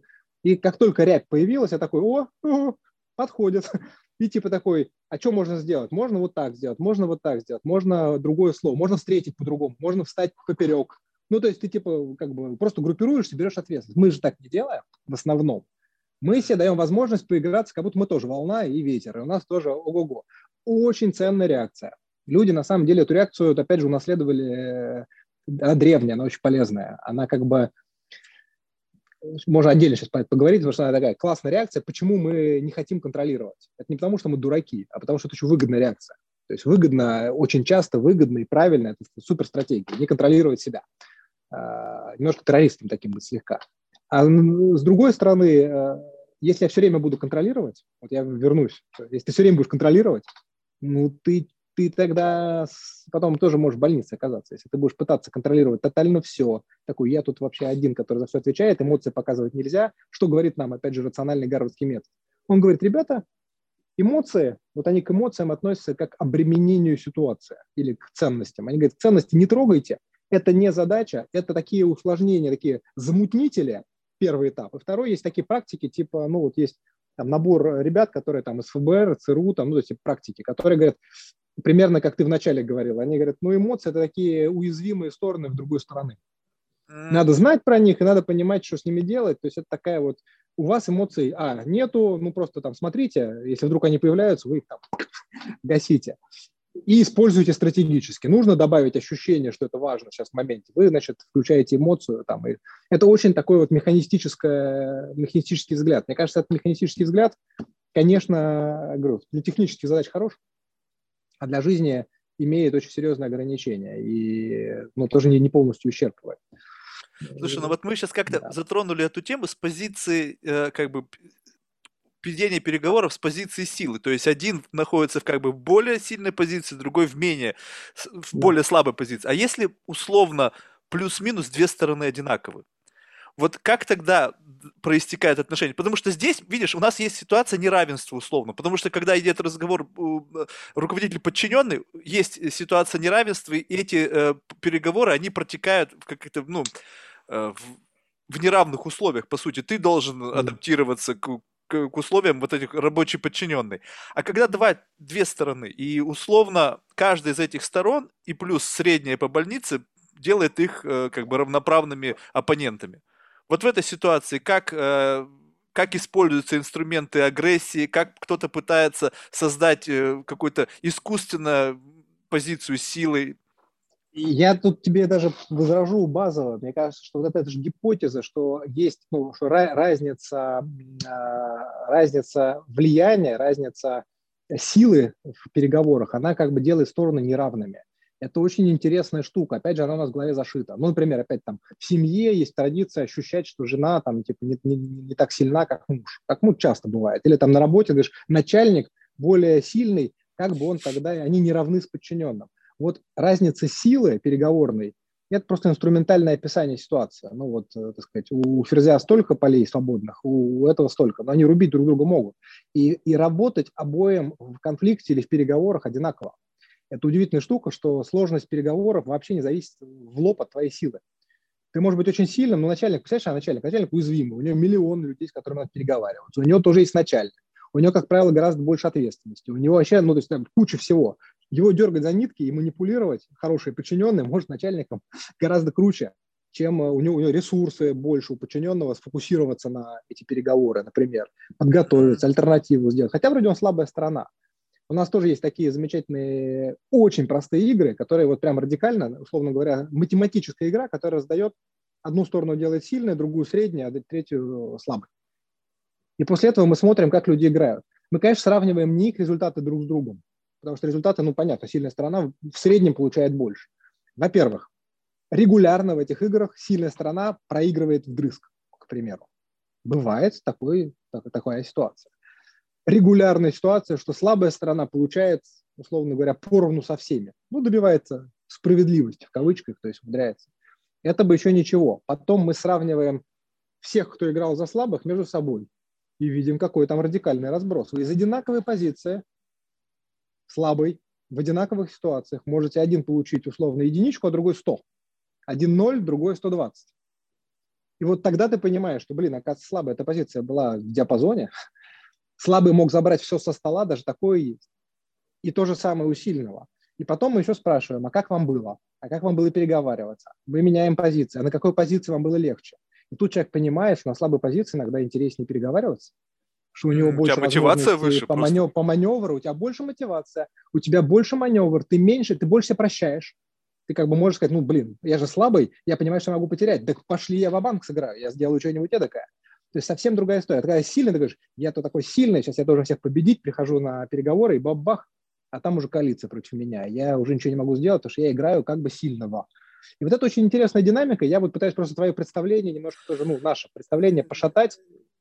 И как только рябь появилась, я такой, о, о подходит. И типа такой, а что можно сделать? Можно вот так сделать, можно вот так сделать, можно другое слово, можно встретить по-другому, можно встать поперек. Ну, то есть ты типа как бы просто группируешься, берешь ответственность. Мы же так не делаем в основном. Мы себе даем возможность поиграться, как будто мы тоже волна и ветер, и у нас тоже ого-го. Очень ценная реакция. Люди, на самом деле, эту реакцию, опять же, унаследовали, она древняя, она очень полезная. Она как бы можно отдельно сейчас поговорить, потому что она такая классная реакция, почему мы не хотим контролировать. Это не потому, что мы дураки, а потому, что это очень выгодная реакция. То есть выгодно, очень часто выгодно и правильно, это суперстратегия, не контролировать себя. Немножко террористом таким быть слегка. А с другой стороны, если я все время буду контролировать, вот я вернусь, если ты все время будешь контролировать, ну ты, ты тогда потом тоже можешь в больнице оказаться. Если ты будешь пытаться контролировать тотально все, такой, я тут вообще один, который за все отвечает, эмоции показывать нельзя. Что говорит нам, опять же, рациональный гарвардский метод? Он говорит, ребята, эмоции, вот они к эмоциям относятся как к обременению ситуации или к ценностям. Они говорят, ценности не трогайте, это не задача, это такие усложнения, такие замутнители, первый этап. И второй, есть такие практики, типа, ну вот есть там набор ребят, которые там из ФБР, ЦРУ, там, ну, эти практики, которые говорят, примерно как ты вначале говорил, они говорят, ну, эмоции – это такие уязвимые стороны в другой стороны. Надо знать про них, и надо понимать, что с ними делать. То есть это такая вот, у вас эмоций, а, нету, ну, просто там смотрите, если вдруг они появляются, вы их там гасите. И используйте стратегически. Нужно добавить ощущение, что это важно сейчас в моменте. Вы, значит, включаете эмоцию. Там, и это очень такой вот механистический взгляд. Мне кажется, этот механистический взгляд, конечно, говорю, для технических задач хорош, а для жизни имеет очень серьезные ограничения и ну, тоже не, не полностью исчерпывает. Слушай, ну вот мы сейчас как-то да. затронули эту тему с позиции э, как бы ведение переговоров с позиции силы. То есть один находится в как бы более сильной позиции, другой в менее, в более слабой позиции. А если условно плюс-минус две стороны одинаковы? Вот как тогда проистекают отношения? Потому что здесь, видишь, у нас есть ситуация неравенства условно. Потому что когда идет разговор руководитель-подчиненный, есть ситуация неравенства, и эти э, переговоры, они протекают в как-то, ну, э, в, в неравных условиях, по сути. Ты должен адаптироваться к К, к условиям вот этих рабочий подчиненный. А когда два, две стороны, и условно каждая из этих сторон, и плюс средняя по больнице, делает их э, как бы равноправными оппонентами. Вот в этой ситуации как, э, как используются инструменты агрессии, как кто-то пытается создать э, какую-то искусственную позицию силы. Я тут тебе даже возражу базово. Мне кажется, что вот эта же гипотеза, что есть ну, что разница, разница влияния, разница силы в переговорах, она как бы делает стороны неравными. Это очень интересная штука. Опять же, она у нас в голове зашита. Ну, например, опять там в семье есть традиция ощущать, что жена там типа не, не, не так сильна, как муж. Как ну, часто бывает. Или там на работе, говоришь, начальник более сильный, как бы он тогда, они не равны с подчиненным. Вот разница силы переговорной – это просто инструментальное описание ситуации. Ну вот, так сказать, у Ферзя столько полей свободных, у этого столько, но они рубить друг друга могут. И, и работать обоим в конфликте или в переговорах одинаково. Это удивительная штука, что сложность переговоров вообще не зависит в лоб от твоей силы. Ты можешь быть очень сильным, но начальник, представляешь, а начальник, начальник уязвимый, у него миллион людей, с которыми надо переговариваться, у него тоже есть начальник. У него, как правило, гораздо больше ответственности. У него вообще, ну, то есть там куча всего. Его дергать за нитки и манипулировать хороший подчиненный может начальником гораздо круче, чем у него, у него ресурсы больше у подчиненного сфокусироваться на эти переговоры, например, подготовиться, альтернативу сделать. Хотя вроде он слабая сторона. У нас тоже есть такие замечательные, очень простые игры, которые вот прям радикально, условно говоря, математическая игра, которая раздает одну сторону делает сильной, другую средней, а третью слабой. И после этого мы смотрим, как люди играют. Мы, конечно, сравниваем не их результаты друг с другом, потому что результаты, ну, понятно, сильная сторона в среднем получает больше. Во-первых, регулярно в этих играх сильная сторона проигрывает вдрызг, к примеру. Бывает такой, так, такая ситуация. Регулярная ситуация, что слабая сторона получает, условно говоря, поровну со всеми. Ну, добивается справедливости, в кавычках, то есть умудряется. Это бы еще ничего. Потом мы сравниваем всех, кто играл за слабых, между собой. И видим, какой там радикальный разброс. Вы из одинаковой позиции, слабый, в одинаковых ситуациях можете один получить условно единичку, а другой сто. Один ноль, другой сто двадцать. И вот тогда ты понимаешь, что, блин, оказывается, слабая эта позиция была в диапазоне. Слабый мог забрать все со стола, даже такое есть. И то же самое у сильного. И потом мы еще спрашиваем, а как вам было? А как вам было переговариваться? Мы меняем позиции. А на какой позиции вам было легче? И тут человек понимает, что на слабой позиции иногда интереснее переговариваться, что у него у больше мотивация выше по, манев, по маневру, у тебя больше мотивация, у тебя больше маневр, ты меньше, ты больше себя прощаешь. Ты как бы можешь сказать, ну, блин, я же слабый, я понимаю, что могу потерять. Так пошли я ва-банк сыграю, я сделаю что-нибудь эдакое. То есть совсем другая история. Когда я сильный, ты говоришь, я-то такой сильный, сейчас я должен всех победить, прихожу на переговоры и бабах, а там уже коалиция против меня. Я уже ничего не могу сделать, потому что я играю как бы сильного. И вот это очень интересная динамика. Я вот пытаюсь просто твое представление, немножко тоже, ну, наше представление пошатать,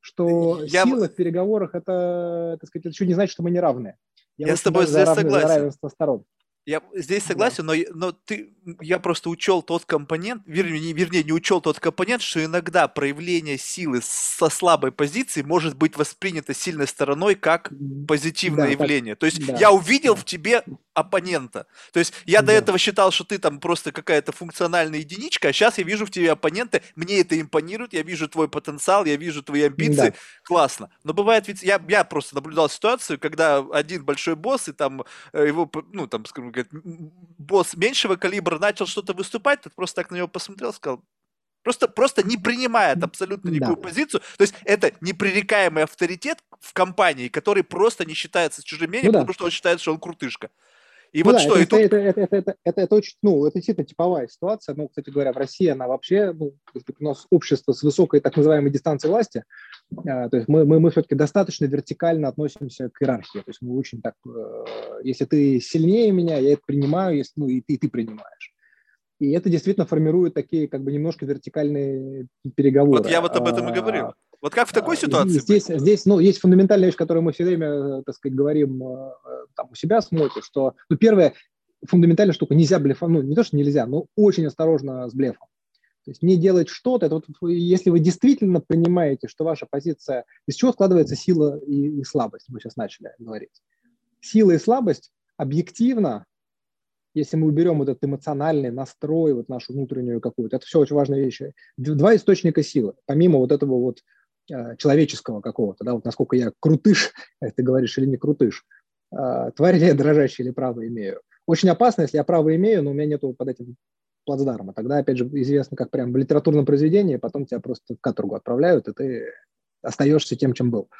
что Я, сила в переговорах, это, так сказать, это еще не значит, что мы не равны. Я я с очень тобой даже за, здесь равны, за согласен. равенство сторон. Я здесь Да. согласен, но, но ты, я просто учел тот компонент, вернее не, вернее, не учел тот компонент, что иногда проявление силы со слабой позиции может быть воспринято сильной стороной как позитивное Да, так, явление. То есть да, я увидел да, в тебе оппонента. То есть я до да, этого считал, что ты там просто какая-то функциональная единичка, а сейчас я вижу в тебе оппонента, мне это импонирует, я вижу твой потенциал, я вижу твои амбиции, да. классно. Но бывает ведь, я, я просто наблюдал ситуацию, когда один большой босс, и там э, его, п- ну там, скажем, говорит, м- м- босс меньшего калибра начал что-то выступать, тот просто так на него посмотрел, сказал, Просто, просто не принимает абсолютно никакую Да. позицию. То есть это непререкаемый авторитет в компании, который просто не считается чужим мнением, Ну потому да. что он считает, что он крутышка. И Ну вот да, что, это, и тут это, это, это, это, это, это очень, ну, это действительно типовая ситуация. Ну, кстати говоря, в России она вообще, ну, у нас общество с высокой так называемой дистанцией власти, а, то есть мы, мы, мы все-таки достаточно вертикально относимся к иерархии. То есть мы очень так, э, если ты сильнее меня, я это принимаю, если, ну, и ты, и ты принимаешь. И это действительно формирует такие как бы немножко вертикальные вот переговоры. я вот об этом и А, говорил. Вот как в такой а, ситуации быть? Здесь, здесь ну, есть фундаментальная вещь, которую мы все время, э, так сказать, говорим э, там, у себя с Моти, что, ну, первое, фундаментальная штука, нельзя блефовать, ну, не то, что нельзя, но очень осторожно с блефом. То есть не делать что-то, это вот, если вы действительно понимаете, что ваша позиция, из чего складывается сила и, и слабость, мы сейчас начали говорить. Сила и слабость объективно, если мы уберем вот этот эмоциональный настрой, вот нашу внутреннюю какую-то, это все очень важные вещи. Два источника силы, помимо вот этого вот э, человеческого какого-то, да, вот насколько я крутыш, как ты говоришь, или не крутыш, э, тварь ли я дрожащая или право имею. Очень опасно, если я право имею, но у меня нету под этим плацдарма. Тогда, опять же, известно, как прям в литературном произведении, потом тебя просто в каторгу отправляют, и ты остаешься тем, чем был.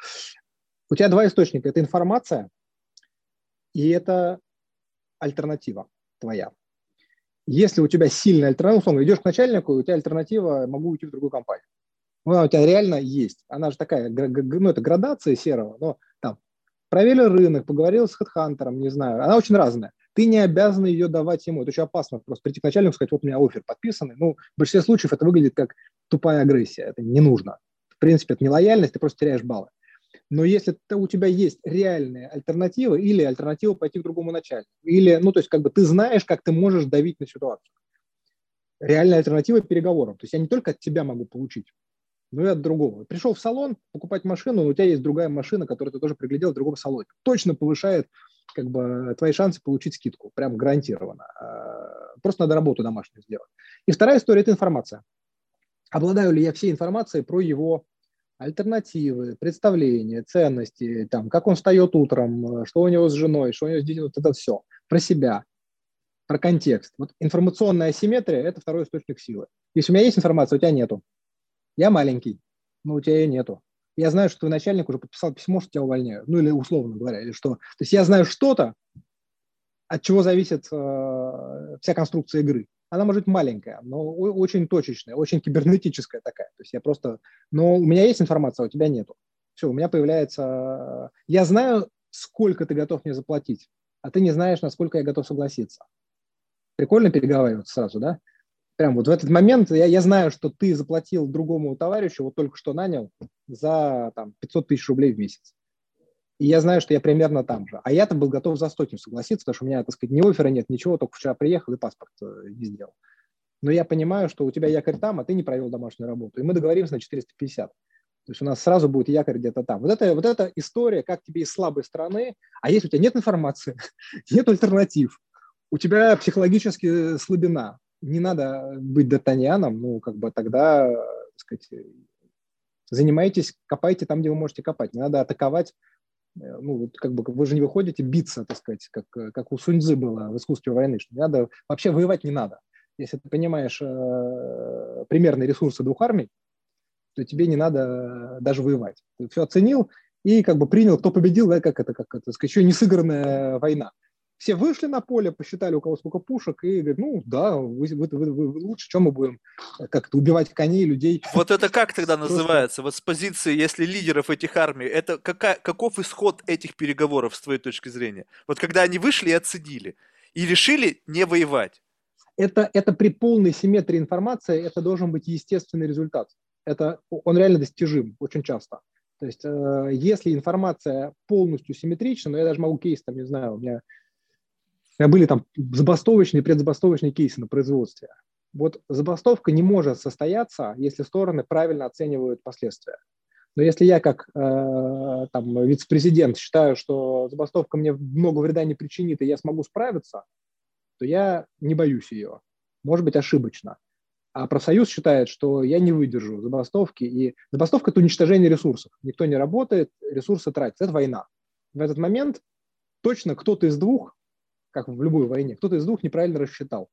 У тебя два источника. Это информация, и это альтернатива твоя. Если у тебя сильная альтернатива, условно, идешь к начальнику, у тебя альтернатива, могу уйти в другую компанию. Ну, она у тебя реально есть. Она же такая, ну, это градация серого, но там проверили рынок, поговорил с хедхантером, не знаю. Она очень разная. Ты не обязан ее давать ему. Это очень опасно. Просто прийти к начальнику и сказать, вот у меня оффер подписанный. Ну, в большинстве случаев это выглядит как тупая агрессия. Это не нужно. В принципе, это не лояльность, ты просто теряешь баллы. Но если у тебя есть реальные альтернативы или альтернатива пойти к другому начальнику, или, ну, то есть как бы ты знаешь, как ты можешь давить на ситуацию. Реальная альтернатива переговорам. То есть я не только от тебя могу получить, но и от другого. Пришел в салон покупать машину, но у тебя есть другая машина, которую ты тоже приглядел в другом салоне. Точно повышает как бы твои шансы получить скидку. Прям гарантированно. Просто надо работу домашнюю сделать. И вторая история – это информация. Обладаю ли я всей информацией про его альтернативы, представления, ценности, там, как он встает утром, что у него с женой, что у него с детьми, вот это все. Про себя, про контекст. Вот информационная асимметрия – это второй источник силы. Если у меня есть информация, у тебя нету. Я маленький, но у тебя ее нету. Я знаю, что твой начальник уже подписал письмо, что тебя увольняют. Ну или условно говоря, или что. То есть я знаю что-то, от чего зависит э, вся конструкция игры. Она может быть маленькая, но очень точечная, очень кибернетическая такая. То есть я просто... Но у меня есть информация, а у тебя нету. Все, у меня появляется... Я знаю, сколько ты готов мне заплатить, а ты не знаешь, насколько я готов согласиться. Прикольно переговариваться сразу, да? Прям вот в этот момент я, я знаю, что ты заплатил другому товарищу, вот только что нанял, за там, пятьсот тысяч рублей в месяц. И я знаю, что я примерно там же. А я-то был готов за сто согласиться, потому что у меня, так сказать, ни оффера нет, ничего, только вчера приехал и паспорт не сделал. Но я понимаю, что у тебя якорь там, а ты не провел домашнюю работу. И мы договоримся на четыреста пятьдесят. То есть у нас сразу будет якорь где-то там. Вот это, вот эта история, как тебе из слабой стороны, а если у тебя нет информации, нет альтернатив, у тебя психологически слабина, не надо быть д'Артаньяном, ну, как бы тогда, так сказать, занимайтесь, копайте там, где вы можете копать. Не надо атаковать. Ну, вот как бы вы же не выходите биться, так сказать, как, как у Сунь-Дзы было в искусстве войны, что не надо, вообще воевать не надо. Если ты понимаешь э, примерные ресурсы двух армий, то тебе не надо даже воевать. Ты все оценил и как бы принял, кто победил, да, как это, как это, так сказать, еще не сыгранная война. Все вышли на поле, посчитали, у кого сколько пушек, и говорят, ну да, вы, вы, вы, вы лучше, чем мы будем как-то убивать коней, людей. Вот это как тогда Просто называется? Вот с позиции, если лидеров этих армий, это какая, каков исход этих переговоров с твоей точки зрения? Вот когда они вышли и отсидели, и решили не воевать. это, это при полной симметрии информации, это должен быть естественный результат. Это, он реально достижим очень часто. То есть, э, если информация полностью симметрична, но я даже могу кейс, там, не знаю, у меня, у меня были там забастовочные, предзабастовочные кейсы на производстве. Вот забастовка не может состояться, если стороны правильно оценивают последствия. Но если я как э, там, вице-президент считаю, что забастовка мне много вреда не причинит, и я смогу справиться, то я не боюсь ее. Может быть, ошибочно. А профсоюз считает, что я не выдержу забастовки. И забастовка – это уничтожение ресурсов. Никто не работает, ресурсы тратятся. Это война. В этот момент точно кто-то из двух, как в любой войне, кто-то из двух неправильно рассчитал.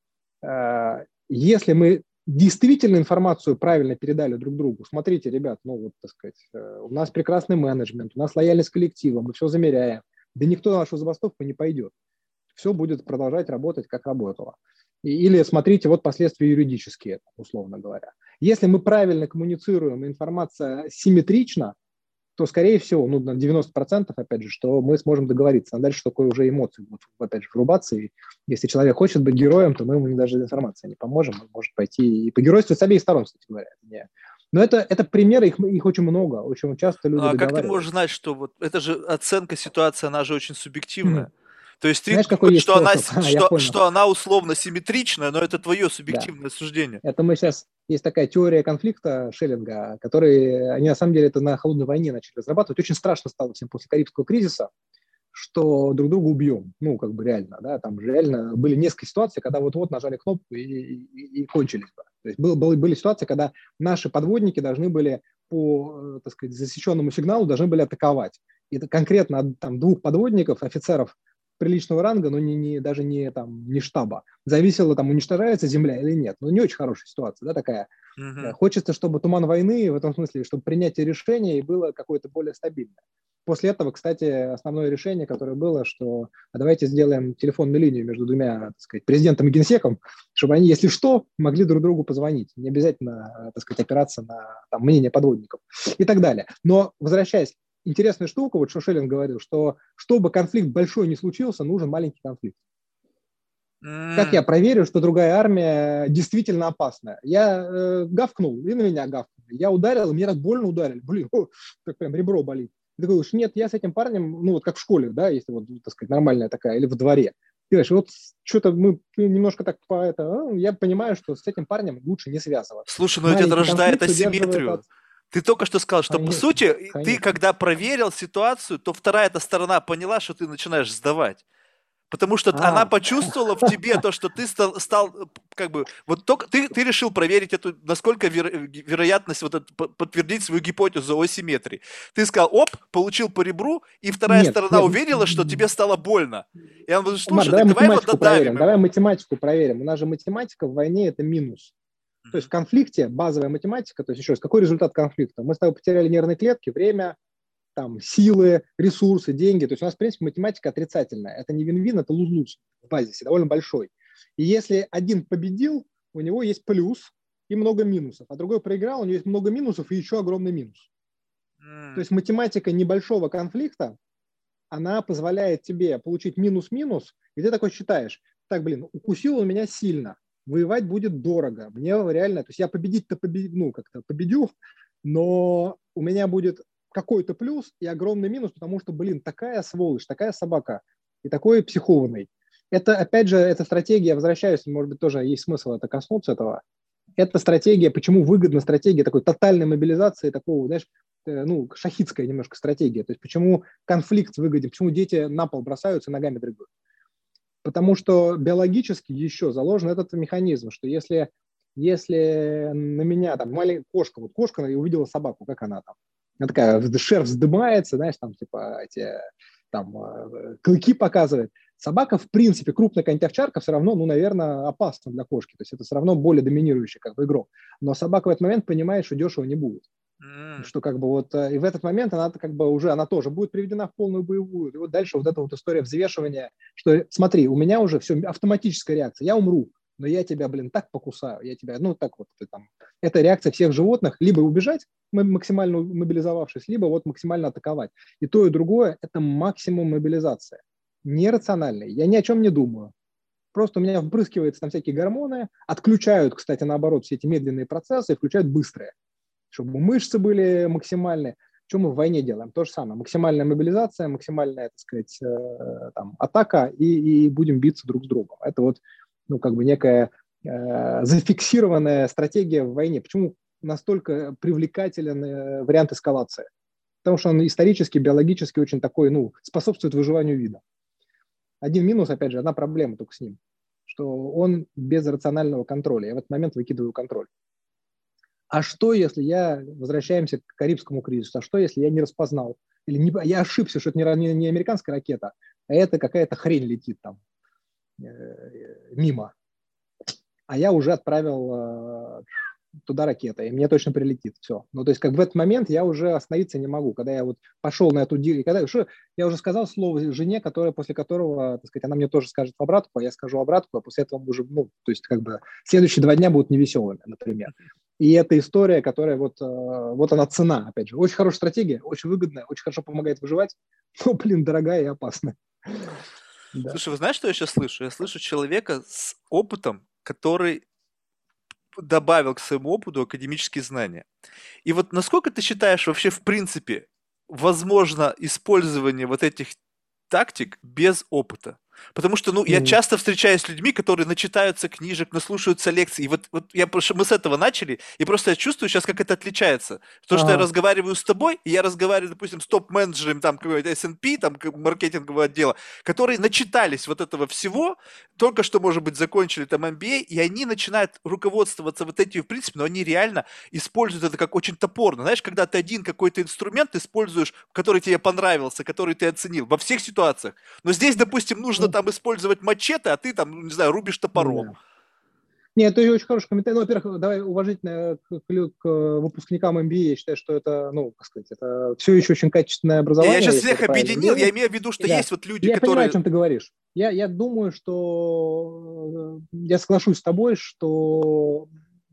Если мы действительно информацию правильно передали друг другу, смотрите, ребят, ну вот, так сказать, у нас прекрасный менеджмент, у нас лояльность коллектива, мы все замеряем, да никто на нашу забастовку не пойдет. Все будет продолжать работать, как работало. Или смотрите, вот последствия юридические, условно говоря. Если мы правильно коммуницируем, информация симметрична, то, скорее всего, ну, на девяносто процентов, опять же, что мы сможем договориться. А дальше такой уже эмоции будут, опять же, врубаться. И если человек хочет быть героем, то мы ему даже информацией не поможем. Он может пойти и погеройствовать с обеих сторон, кстати говоря. Но это, это примеры, их, их очень много. Очень часто люди Ну, а как ты договариваются. можешь знать, что вот это же оценка ситуации, она же очень субъективная. Mm-hmm. То есть ты Знаешь, какой думаешь, есть что она, способ? А, я что, понял. что она условно симметричная, но это твое Да. субъективное суждение. Это мы сейчас... Есть такая теория конфликта Шеллинга, которые они на самом деле это на холодной войне начали разрабатывать. Очень страшно стало всем после Карибского кризиса, что друг друга убьем. Ну, как бы реально, да, там же реально были несколько ситуаций, когда вот-вот нажали кнопку и, и, и кончились. Да. То есть был, был, были ситуации, когда наши подводники должны были по, так сказать, засеченному сигналу должны были атаковать. И это конкретно от там, двух подводников, офицеров приличного ранга, но не, не, даже не, там, не штаба. Зависело, там, уничтожается земля или нет. Ну, не очень хорошая ситуация, да, такая. Uh-huh. Хочется, чтобы туман войны, в этом смысле, чтобы принятие решения было какое-то более стабильное. После этого, кстати, основное решение, которое было, что а давайте сделаем телефонную линию между двумя, так сказать, президентом и генсеком, чтобы они, если что, могли друг другу позвонить. Не обязательно, так сказать, опираться на там, мнение подводников и так далее. Но, возвращаясь, интересная штука, вот что Шеллинг говорил, что чтобы конфликт большой не случился, нужен маленький конфликт. Mm. Как я проверю, что другая армия действительно опасная? Я э, гавкнул, и на меня гавкнул. Я ударил, и мне раз больно ударили. Блин, о, так прям ребро болит. Ты говоришь, нет, я с этим парнем, ну вот как в школе, да, если вот, так сказать, нормальная такая, или в дворе. Ты говоришь, вот что-то мы немножко так по это, я понимаю, что с этим парнем лучше не связываться. Слушай, ну это рождает асимметрию. От... Ты только что сказал, что конечно, по сути, конечно. Ты когда проверил ситуацию, то вторая эта сторона поняла, что ты начинаешь сдавать. Потому что а. она почувствовала в тебе то, что ты стал, стал как бы, вот только ты, ты решил проверить эту, насколько веро, вероятность вот это, подтвердить свою гипотезу о симметрии. Ты сказал, оп, получил по ребру, и вторая нет, сторона нет, увидела, что тебе стало больно. И он говорит, слушай, Умар, давай давай математику вот проверим, давай математику проверим. У нас же математика в войне – это минус. Mm-hmm. То есть в конфликте базовая математика, то есть еще раз, какой результат конфликта? Мы с тобой потеряли нервные клетки, время, там, силы, ресурсы, деньги. То есть у нас, в принципе, математика отрицательная. Это не вин-вин, это луз-луз в базисе, довольно большой. И если один победил, у него есть плюс и много минусов, а другой проиграл, у него есть много минусов и еще огромный минус. Mm. То есть математика небольшого конфликта, она позволяет тебе получить минус-минус, и ты такой считаешь, так, блин, укусил он меня сильно, воевать будет дорого. Мне реально, то есть я победить-то победю, ну, как-то победю, но у меня будет какой-то плюс и огромный минус, потому что, блин, такая сволочь, такая собака и такой психованный. Это, опять же, эта стратегия, возвращаюсь, может быть, тоже есть смысл это коснуться этого. Это стратегия, почему выгодна стратегия такой тотальной мобилизации, такого, знаешь, ну, шахидская немножко стратегия. То есть почему конфликт выгоден, почему дети на пол бросаются и ногами дрыгают. Потому что биологически еще заложен этот механизм, что если, если на меня там маленькая кошка, вот кошка увидела собаку, как она там, она такая, шерсть вздымается, знаешь, там типа эти там клыки показывает. Собака, в принципе, крупная какая-нибудь овчарка все равно, ну, наверное, опасна для кошки. То есть это все равно более доминирующий как бы игрок. Но собака в этот момент понимает, что дешево не будет. Что как бы вот и в этот момент она как бы уже, она тоже будет приведена в полную боевую. И вот дальше вот эта вот история взвешивания, что смотри, у меня уже все автоматическая реакция, я умру, но я тебя, блин, так покусаю, я тебя, ну так вот, ты там. Это реакция всех животных, либо убежать, максимально мобилизовавшись, либо вот максимально атаковать. И то, и другое – это максимум мобилизации. Нерациональный, я ни о чем не думаю. Просто у меня впрыскиваются там всякие гормоны, отключают, кстати, наоборот, все эти медленные процессы и включают быстрые, чтобы мышцы были максимальные. Что мы в войне делаем? То же самое. Максимальная мобилизация, максимальная, так сказать, э, там, атака, и, и будем биться друг с другом. Это вот, ну, как бы некая э, зафиксированная стратегия в войне. Почему настолько привлекателен э, вариант эскалации? Потому что он исторически, биологически очень такой, ну, способствует выживанию вида. Один минус, опять же, одна проблема только с ним, что он без рационального контроля. Я в этот момент выкидываю контроль. А что, если я, возвращаемся к Карибскому кризису, а что, если я не распознал? Или не, я ошибся, что это не, не американская ракета, а это какая-то хрень летит там э, мимо. А я уже отправил э, туда ракета, и мне точно прилетит. Все. Ну, то есть, как в этот момент я уже остановиться не могу. Когда я вот пошел на эту дилу, когда что, я уже сказал слово жене, которая, после которого, так сказать, она мне тоже скажет в обратку, а я скажу обратку, а после этого уже, ну, то есть, как бы, следующие два дня будут невеселыми, например. И это история, которая вот, вот она цена, опять же. Очень хорошая стратегия, очень выгодная, очень хорошо помогает выживать, но, блин, дорогая и опасная. Да. Слушай, вы знаете, что я сейчас слышу? Я слышу человека с опытом, который добавил к своему опыту академические знания. И вот насколько ты считаешь вообще в принципе возможно использование вот этих тактик без опыта? Потому что, ну, я часто встречаюсь с людьми, которые начитаются книжек, наслушаются лекций. И вот, вот я, мы с этого начали, и просто я чувствую сейчас, как это отличается. То, ага. что я разговариваю с тобой, и я разговариваю, допустим, с топ-менеджерами там какой-то эс энд пи, там, маркетингового отдела, которые начитались вот этого всего, только что, может быть, закончили там эм би эй, и они начинают руководствоваться вот этим, в принципе, но они реально используют это как очень топорно. Знаешь, когда ты один какой-то инструмент используешь, который тебе понравился, который ты оценил, во всех ситуациях. Но здесь, допустим, нужно там использовать мачете, а ты там, не знаю, рубишь топором. Да. Нет, это очень хороший комментарий. Ну, во-первых, давай уважительно к, к, к выпускникам эм би эй. Я считаю, что это, ну, как сказать, это все еще очень качественное образование. Я сейчас всех объединил, я имею в виду, что да. есть вот люди, я которые... Я понимаю, о чем ты говоришь. Я, я думаю, что я соглашусь с тобой, что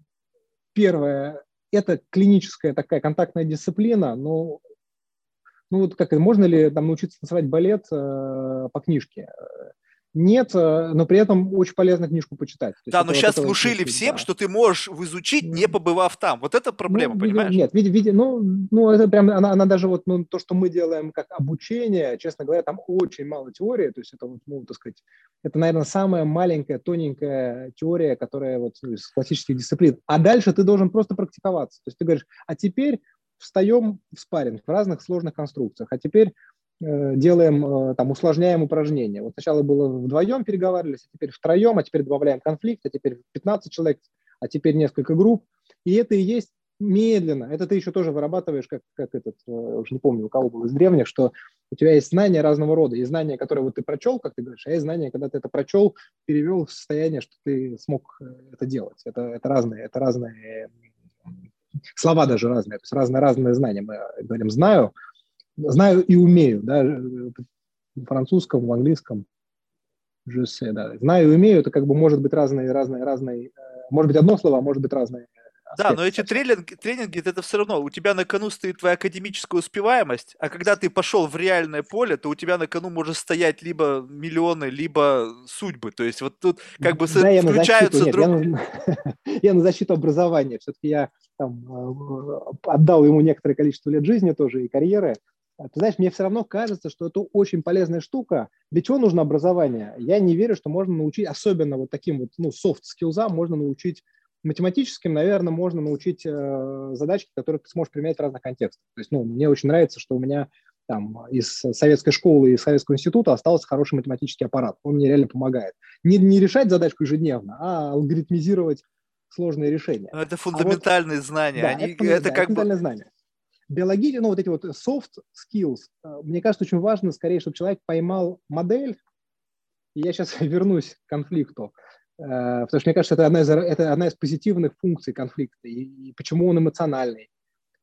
первое, это клиническая такая контактная дисциплина, но ну, вот как можно ли там научиться танцевать балет э, по книжке? Нет, но при этом очень полезно книжку почитать. Да, но вот сейчас внушили вот, всем, да. что ты можешь изучить, не побывав там. Вот это проблема, ну, понимаешь? Нет, види, види, ну, ну, это прям, она, она даже вот, ну, то, что мы делаем как обучение, честно говоря, там очень мало теории, то есть это, вот, ну, так сказать, это, наверное, самая маленькая, тоненькая теория, которая вот ну, из классических дисциплин. А дальше ты должен просто практиковаться. То есть ты говоришь, а теперь встаем в спарринг в разных сложных конструкциях, а теперь делаем, там, усложняем упражнения. Вот сначала было вдвоем переговаривались, а теперь втроем, а теперь добавляем конфликт, а теперь пятнадцать человек, а теперь несколько групп. И это и есть медленно. Это ты еще тоже вырабатываешь, как, как этот, уже не помню, у кого было из древних, что у тебя есть знания разного рода. Есть знания, которые вот ты прочел, как ты говоришь, а есть знания, когда ты это прочел, перевел в состояние, что ты смог это делать. Это, это разные, это разные слова даже разные, то есть разные-разные знания. Мы говорим «знаю», знаю и умею, да, в французском, в английском, je sais, да, знаю и умею, это как бы может быть разные, разные, разные, может быть одно слово, а может быть разные аспекты. Да, но эти тренинги, тренинги, это все равно, у тебя на кону стоит твоя академическая успеваемость, а когда ты пошел в реальное поле, то у тебя на кону может стоять либо миллионы, либо судьбы, то есть вот тут как бы да, включаются я друг... я, на, я на защиту образования, все-таки я там, отдал ему некоторое количество лет жизни тоже и карьеры. Ты знаешь, мне все равно кажется, что это очень полезная штука. Для чего нужно образование? Я не верю, что можно научить, особенно вот таким вот, ну, софт-скиллзам, можно научить математическим, наверное, можно научить э, задачки, которые ты сможешь применять в разных контекстах. То есть, ну, мне очень нравится, что у меня там из советской школы и советского института остался хороший математический аппарат. Он мне реально помогает. Не, не решать задачку ежедневно, а алгоритмизировать сложные решения. Но это фундаментальные а вот, знания. Да, Они, это, это да, как фундаментальные бы... знания. Биология, ну, вот эти вот soft skills, мне кажется, очень важно, скорее, чтобы человек поймал модель, и я сейчас вернусь к конфликту, потому что, мне кажется, это одна из, это одна из позитивных функций конфликта, и, и почему он эмоциональный.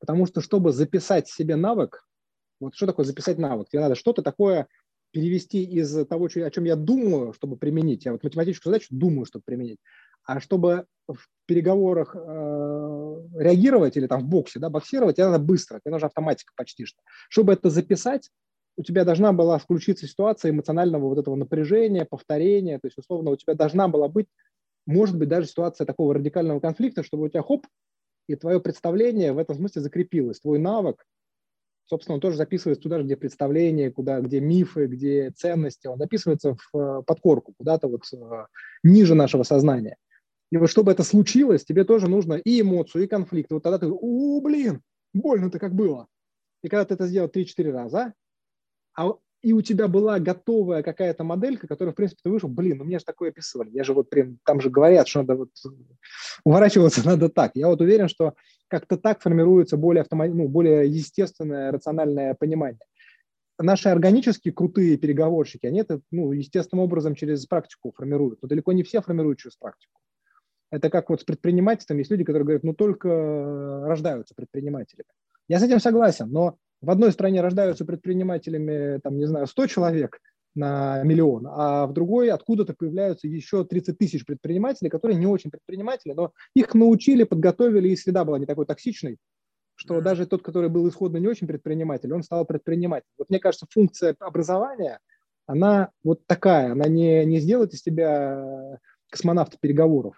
Потому что, чтобы записать себе навык, вот что такое записать навык? Тебе надо что-то такое перевести из того, о чем я думаю, чтобы применить. Я вот математическую задачу думаю, чтобы применить. А чтобы в переговорах э, реагировать или там в боксе, да, боксировать, тебе надо быстро, тебе нужна автоматика почти что. Чтобы это записать, у тебя должна была включиться ситуация эмоционального вот этого напряжения, повторения, то есть, условно, у тебя должна была быть, может быть, даже ситуация такого радикального конфликта, чтобы у тебя хоп, и твое представление в этом смысле закрепилось, твой навык, собственно, он тоже записывается туда же, где представления, куда, где мифы, где ценности, он записывается в подкорку, куда-то вот ниже нашего сознания. И вот чтобы это случилось, тебе тоже нужно и эмоцию, и конфликт. Вот тогда ты, у, блин, больно-то как было. И когда ты это сделал три-четыре раза, а, и у тебя была готовая какая-то моделька, которая, в принципе, ты вышел, блин, ну мне же такое описывали. Я же вот прям, там же говорят, что надо вот уворачиваться надо так. Я вот уверен, что как-то так формируется более, автомат... ну, более естественное, рациональное понимание. Наши органически крутые переговорщики, они это ну, естественным образом через практику формируют. Но далеко не все формируют через практику. Это как вот с предпринимательством. Есть люди, которые говорят, ну только рождаются предпринимателями. Я с этим согласен, но в одной стране рождаются предпринимателями, там, не знаю, сто человек на миллион, а в другой откуда-то появляются еще тридцать тысяч предпринимателей, которые не очень предприниматели, но их научили, подготовили, и среда была не такой токсичной, что даже тот, который был исходно не очень предприниматель, он стал предпринимателем. Вот мне кажется, функция образования, она вот такая, она не, не сделает из тебя космонавта переговоров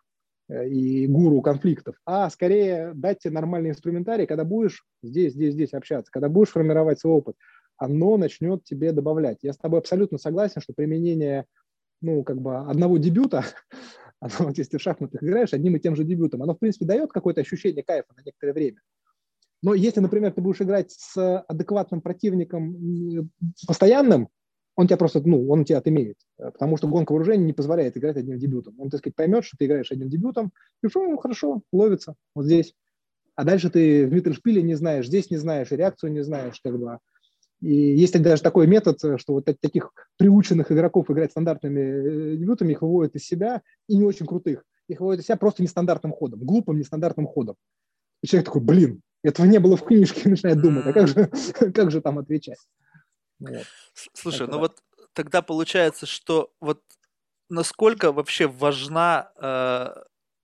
и гуру конфликтов, а скорее дать тебе нормальный инструментарий, когда будешь здесь, здесь, здесь общаться, когда будешь формировать свой опыт, оно начнет тебе добавлять. Я с тобой абсолютно согласен, что применение, ну, как бы одного дебюта, оно, вот если в шахматах играешь одним и тем же дебютом, оно, в принципе, дает какое-то ощущение кайфа на некоторое время. Но если, например, ты будешь играть с адекватным противником постоянным, он тебя просто, ну, он тебя отымеет, потому что гонка вооружений не позволяет играть одним дебютом. Он, так сказать, поймет, что ты играешь одним дебютом, и что, ну, хорошо, ловится вот здесь. А дальше ты в Миттельшпиле не знаешь, здесь не знаешь, и реакцию не знаешь, как бы. И есть даже такой метод, что вот таких приученных игроков играть стандартными дебютами, их выводят из себя, и не очень крутых. Их выводят из себя просто нестандартным ходом, глупым нестандартным ходом. И человек такой, блин, этого не было в книжке, и начинает думать, а как же, как же там отвечать? Вот. Слушай, ну вот тогда получается, что вот насколько вообще важна э,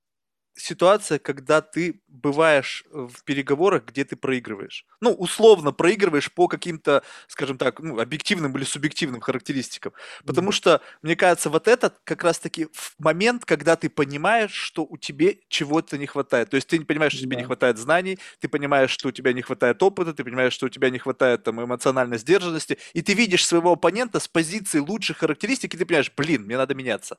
ситуация, когда ты бываешь в переговорах, где ты проигрываешь. Ну, условно проигрываешь по каким-то, скажем так, ну, объективным или субъективным характеристикам. Потому что, мне кажется, вот это как раз-таки момент, когда ты понимаешь, что у тебя чего-то не хватает. То есть ты не понимаешь, что тебе не хватает знаний, ты понимаешь, что у тебя не хватает опыта, ты понимаешь, что у тебя не хватает там эмоциональной сдержанности, и ты видишь своего оппонента с позиции лучших характеристик, и ты понимаешь, блин, мне надо меняться.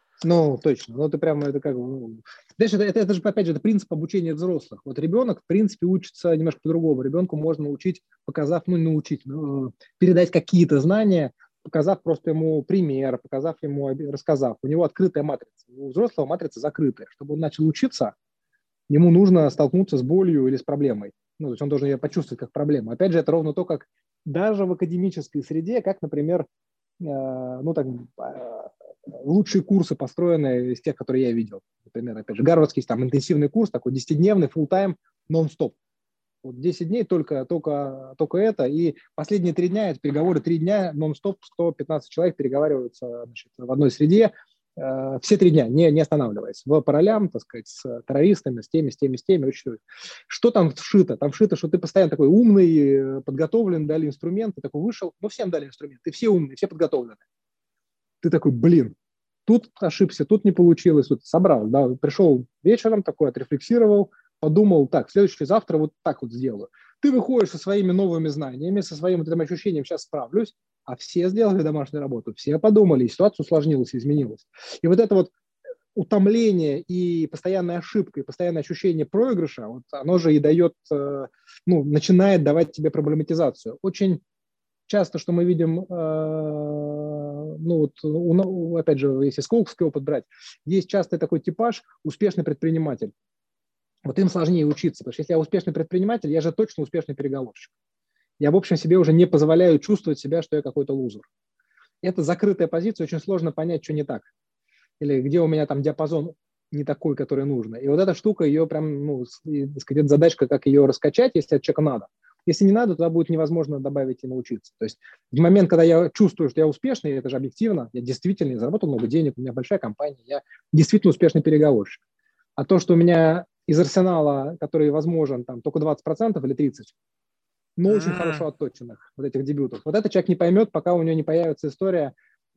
Ну, точно. Ну, это прямо, это как бы... Знаешь, это, это, это же, опять же, это принцип обучения взрослых. Вот ребенок, в принципе, учится немножко по-другому. Ребенку можно научить, показав, ну, научить, ну, передать какие-то знания, показав просто ему пример, показав ему, рассказав. У него открытая матрица. У взрослого матрица закрытая. Чтобы он начал учиться, ему нужно столкнуться с болью или с проблемой. Ну, то есть он должен ее почувствовать как проблему. Опять же, это ровно то, как даже в академической среде, как, например, э, ну, так, э, лучшие курсы, построенные из тех, которые я видел. Например, опять же, гарвардский там интенсивный курс, такой десятидневный, full-time, нон-стоп. Вот десять дней только, только, только это, и последние три дня, это переговоры три дня, нон-стоп, сто пятнадцать человек переговариваются, значит, в одной среде, э, все три дня, не, не останавливаясь, в параллелям, так сказать, с террористами, с теми, с теми, с теми. Очень... Что там вшито? Там вшито, что ты постоянно такой умный, подготовлен, дали инструменты, такой вышел, ну, всем дали инструменты, все умные, все подготовлены. Ты такой, блин, тут ошибся, тут не получилось, вот собрал, да, пришел вечером такой, отрефлексировал, подумал, так, следующее завтра вот так вот сделаю. Ты выходишь со своими новыми знаниями, со своим вот этим ощущением, сейчас справлюсь, а все сделали домашнюю работу, все подумали, и ситуация усложнилась, изменилась. И вот это вот утомление и постоянная ошибка, и постоянное ощущение проигрыша, вот оно же и дает, ну, начинает давать тебе проблематизацию. Очень часто, что мы видим, ну вот, опять же, если сколковский опыт брать, есть часто такой типаж успешный предприниматель. Вот им сложнее учиться, потому что если я успешный предприниматель, я же точно успешный переговорщик. Я, в общем, себе уже не позволяю чувствовать себя, что я какой-то лузер. Это закрытая позиция, очень сложно понять, что не так. Или где у меня там диапазон не такой, который нужно. И вот эта штука, ее прям, ну, так сказать, задачка, как ее раскачать, если от человека надо. Если не надо, тогда будет невозможно добавить и научиться. То есть в момент, когда я чувствую, что я успешный, это же объективно, я действительно заработал много денег, у меня большая компания, я действительно успешный переговорщик. А то, что у меня из арсенала, который возможен, там, только двадцать процентов или тридцать процентов, но очень хорошо отточенных вот этих дебютов. Вот этот человек не поймет, пока у него не появится история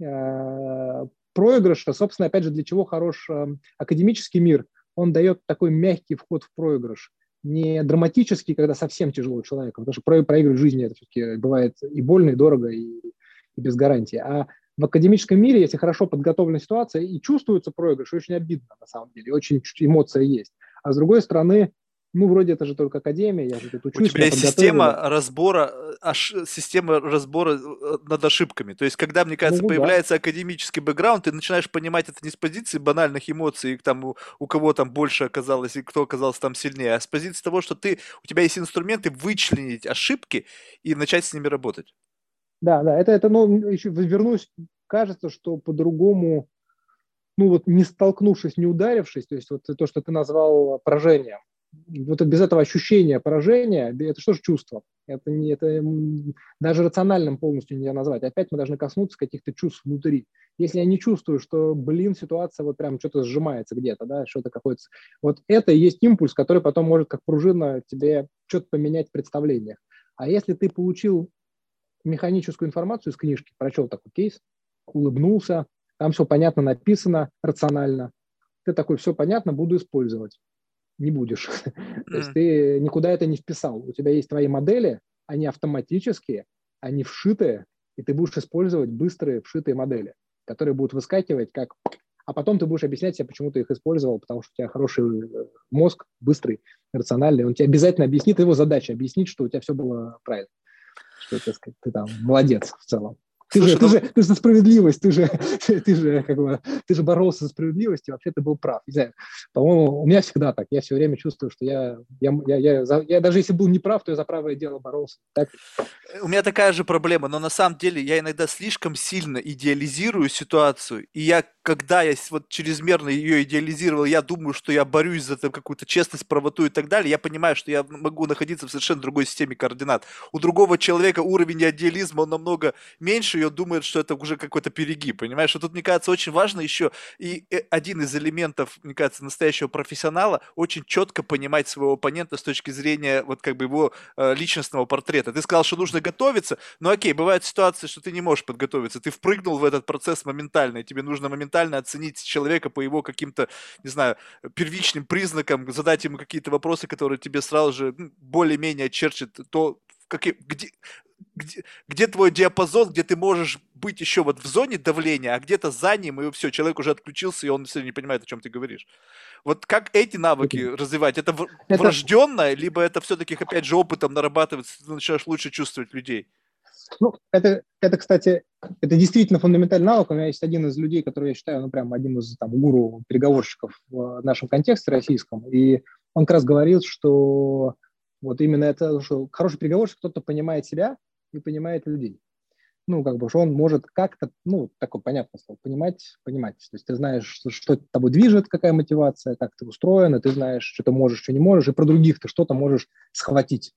э, проигрыша. Собственно, опять же, для чего хорош э, академический мир? Он дает такой мягкий вход в проигрыш. Не драматический, когда совсем тяжело человеку, потому что про, проигрывать в жизни это все-таки бывает и больно, и дорого, и, и без гарантии. А в академическом мире, если хорошо подготовлена ситуация и чувствуется проигрыш, очень обидно на самом деле, очень эмоция есть. А с другой стороны, ну, вроде это же только академия, я же тут учусь. У тебя есть система разбора, аш, система разбора над ошибками. То есть, когда, мне кажется, ну, появляется да. академический бэкграунд, ты начинаешь понимать это не с позиции банальных эмоций, там, у, у кого там больше оказалось, и кто оказался там сильнее, а с позиции того, что ты, у тебя есть инструменты вычленить ошибки и начать с ними работать. Да, да, это, это ну, еще вернусь, кажется, что по-другому, ну, вот не столкнувшись, не ударившись, то есть вот то, что ты назвал поражением, вот без этого ощущения поражения, это что же чувство? Это, не, это даже рациональным полностью нельзя назвать. Опять мы должны коснуться каких-то чувств внутри. Если я не чувствую, что, блин, ситуация вот прям что-то сжимается где-то, да, что-то какое-то... Вот это и есть импульс, который потом может как пружина тебе что-то поменять в представлениях. А если ты получил механическую информацию из книжки, прочел такой кейс, улыбнулся, там все понятно написано, рационально, ты такой, все понятно, буду использовать. Не будешь. Mm. То есть ты никуда это не вписал. У тебя есть твои модели, они автоматические, они вшитые, и ты будешь использовать быстрые вшитые модели, которые будут выскакивать как... А потом ты будешь объяснять себе, почему ты их использовал, потому что у тебя хороший мозг, быстрый, рациональный. Он тебе обязательно объяснит, его задача объяснить, что у тебя все было правильно. Что, так сказать, ты там молодец в целом. Ты, Слушай, же, ты, ну... же, ты же за справедливость, ты же, ты, же, как бы, ты же боролся за справедливость, и вообще ты был прав. Не знаю, по-моему, у меня всегда так. Я все время чувствую, что я, я, я, я, я, я даже если был неправ, то я за правое дело боролся. Так? У меня такая же проблема, но на самом деле я иногда слишком сильно идеализирую ситуацию, и я, когда я вот чрезмерно ее идеализировал, я думаю, что я борюсь за какую-то честность, правоту и так далее, я понимаю, что я могу находиться в совершенно другой системе координат. У другого человека уровень идеализма, он намного меньше, и он думает, что это уже какой-то перегиб, понимаешь? И тут, мне кажется, очень важно еще, и один из элементов, мне кажется, настоящего профессионала, очень четко понимать своего оппонента с точки зрения вот как бы его э, личностного портрета. Ты сказал, что нужно готовиться, но окей, бывают ситуации, что ты не можешь подготовиться, ты впрыгнул в этот процесс моментально, и тебе нужно моментально оценить человека по его каким-то, не знаю, первичным признакам, задать ему какие-то вопросы, которые тебе сразу же более-менее очерчат то, какие, где, где, где твой диапазон, где ты можешь быть еще вот в зоне давления, а где-то за ним, и все, человек уже отключился, и он все не понимает, о чем ты говоришь. Вот как эти навыки это, развивать? Это, это врожденное, либо это все-таки, опять же, опытом нарабатывается, ты начинаешь лучше чувствовать людей? Ну, это, это, кстати, это действительно фундаментальный навык. У меня есть один из людей, который я считаю, ну, прям один из там, гуру переговорщиков в нашем контексте российском, и он как раз говорил, что вот именно это, что хороший переговорщик, кто-то понимает себя и понимает людей. Ну, как бы, что он может как-то, ну, такое понятное слово, понимать, понимать. То есть ты знаешь, что, что тобой движет, какая мотивация, как ты устроен, и ты знаешь, что ты можешь, что не можешь, и про других ты что-то можешь схватить.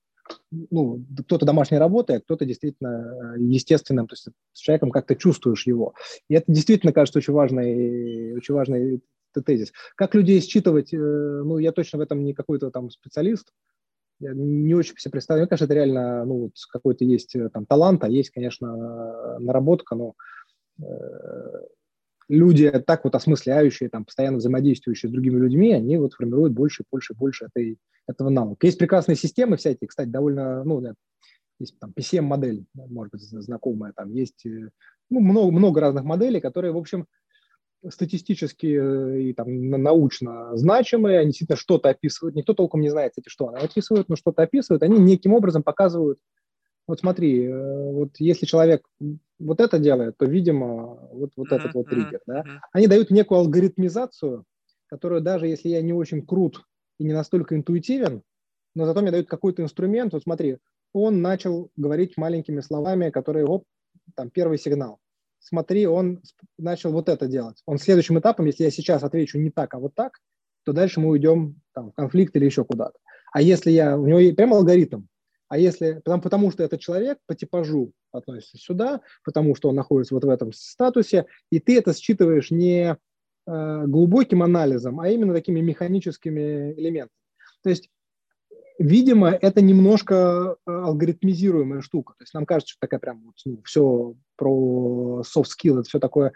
Ну, кто-то домашней работой, а кто-то действительно естественным, то есть с человеком как ты чувствуешь его. И это действительно, кажется, очень важный, очень важный тезис. Как людей считывать, ну, я точно в этом не какой-то там специалист, я не очень себе представляю. Мне кажется, это реально, ну, вот какой-то есть там талант, а есть, конечно, наработка, но э, люди, так вот осмысляющие, там, постоянно взаимодействующие с другими людьми, они вот формируют больше и больше и больше этой, этого навыка. Есть прекрасные системы всякие, кстати, довольно, ну, есть там пи си эм-модель, может быть, знакомая, там есть ну, много, много разных моделей, которые, в общем, статистически и там, научно значимые, они действительно что-то описывают, никто толком не знает, кстати, что они описывают, но что-то описывают, они неким образом показывают, вот смотри, вот если человек вот это делает, то, видимо, вот, вот Mm-hmm, этот вот триггер, mm-hmm. да, они дают некую алгоритмизацию, которую даже если я не очень крут и не настолько интуитивен, но зато мне дают какой-то инструмент, вот смотри, он начал говорить маленькими словами, которые, оп, там, первый сигнал. смотри, он начал вот это делать. Он следующим этапом, если я сейчас отвечу не так, а вот так, то дальше мы уйдем там, в конфликт или еще куда-то. А если я, у него прям алгоритм, а если, потому, потому что этот человек по типажу относится сюда, потому что он находится вот в этом статусе, и ты это считываешь не э, глубоким анализом, а именно такими механическими элементами. То есть, видимо, это немножко алгоритмизируемая штука. То есть нам кажется, что такая прям вот, ну, все про soft skill, это все такое.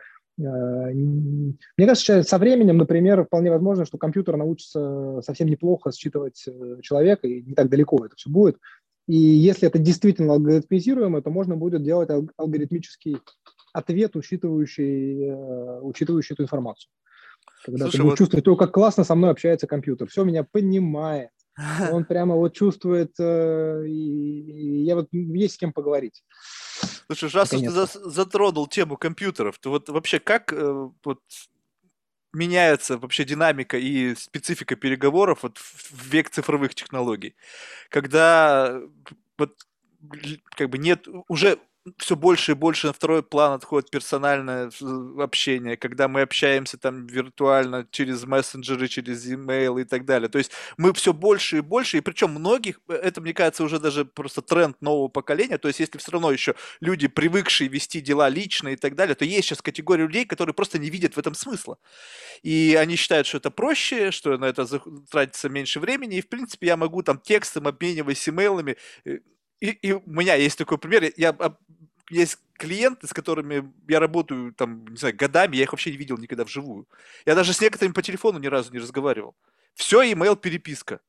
Мне кажется, что со временем, например, вполне возможно, что компьютер научится совсем неплохо считывать человека, и не так далеко это все будет. И если это действительно алгоритмизируемо, то можно будет делать алгоритмический ответ, учитывающий, учитывающий эту информацию. Когда Слушай, ты будешь вот... чувствовать то, как классно со мной общается компьютер. Все меня понимает. Он прямо вот чувствует, и, и я вот есть с кем поговорить. Слушай, раз ты затронул тему компьютеров, то вот вообще как вот меняется вообще динамика и специфика переговоров вот в век цифровых технологий, когда вот как бы нет уже все больше и больше на второй план отходит персональное общение, когда мы общаемся там виртуально через мессенджеры, через e-mail и так далее. То есть мы все больше и больше, и причем многих, это, мне кажется, уже даже просто тренд нового поколения, то есть если все равно еще люди, привыкшие вести дела лично и так далее, то есть сейчас категория людей, которые просто не видят в этом смысла. И они считают, что это проще, что на это тратится меньше времени, и, в принципе, я могу там текстом, обмениваясь имейлами. И, и у меня есть такой пример. Я, есть клиенты, с которыми я работаю там, не знаю, годами, я их вообще не видел никогда вживую. Я даже с некоторыми по телефону ни разу не разговаривал. Все имейл-переписка.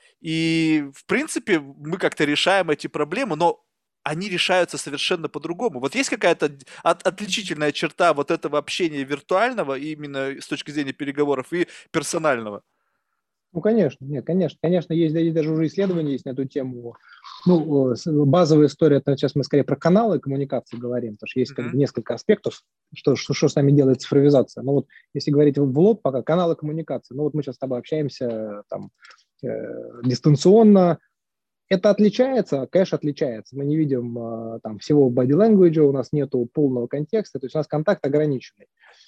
И, в принципе, мы как-то решаем эти проблемы, но они решаются совершенно по-другому. Вот есть какая-то от, отличительная черта вот этого общения виртуального, именно с точки зрения переговоров, и персонального? Ну, конечно, нет, конечно, конечно, есть, есть даже уже исследования есть на эту тему. Ну, базовая история, это сейчас мы скорее про каналы коммуникации говорим, потому что есть как бы несколько аспектов, что, что, что с нами делает цифровизация. Ну вот, если говорить в лоб, пока каналы коммуникации, ну вот мы сейчас с тобой общаемся там э, дистанционно, это отличается, кэш отличается. Мы не видим э, там всего body language, у нас нету полного контекста, то есть у нас контакт ограниченный.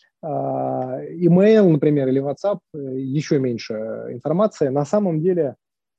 Email, например, или WhatsApp, еще меньше информации. На самом деле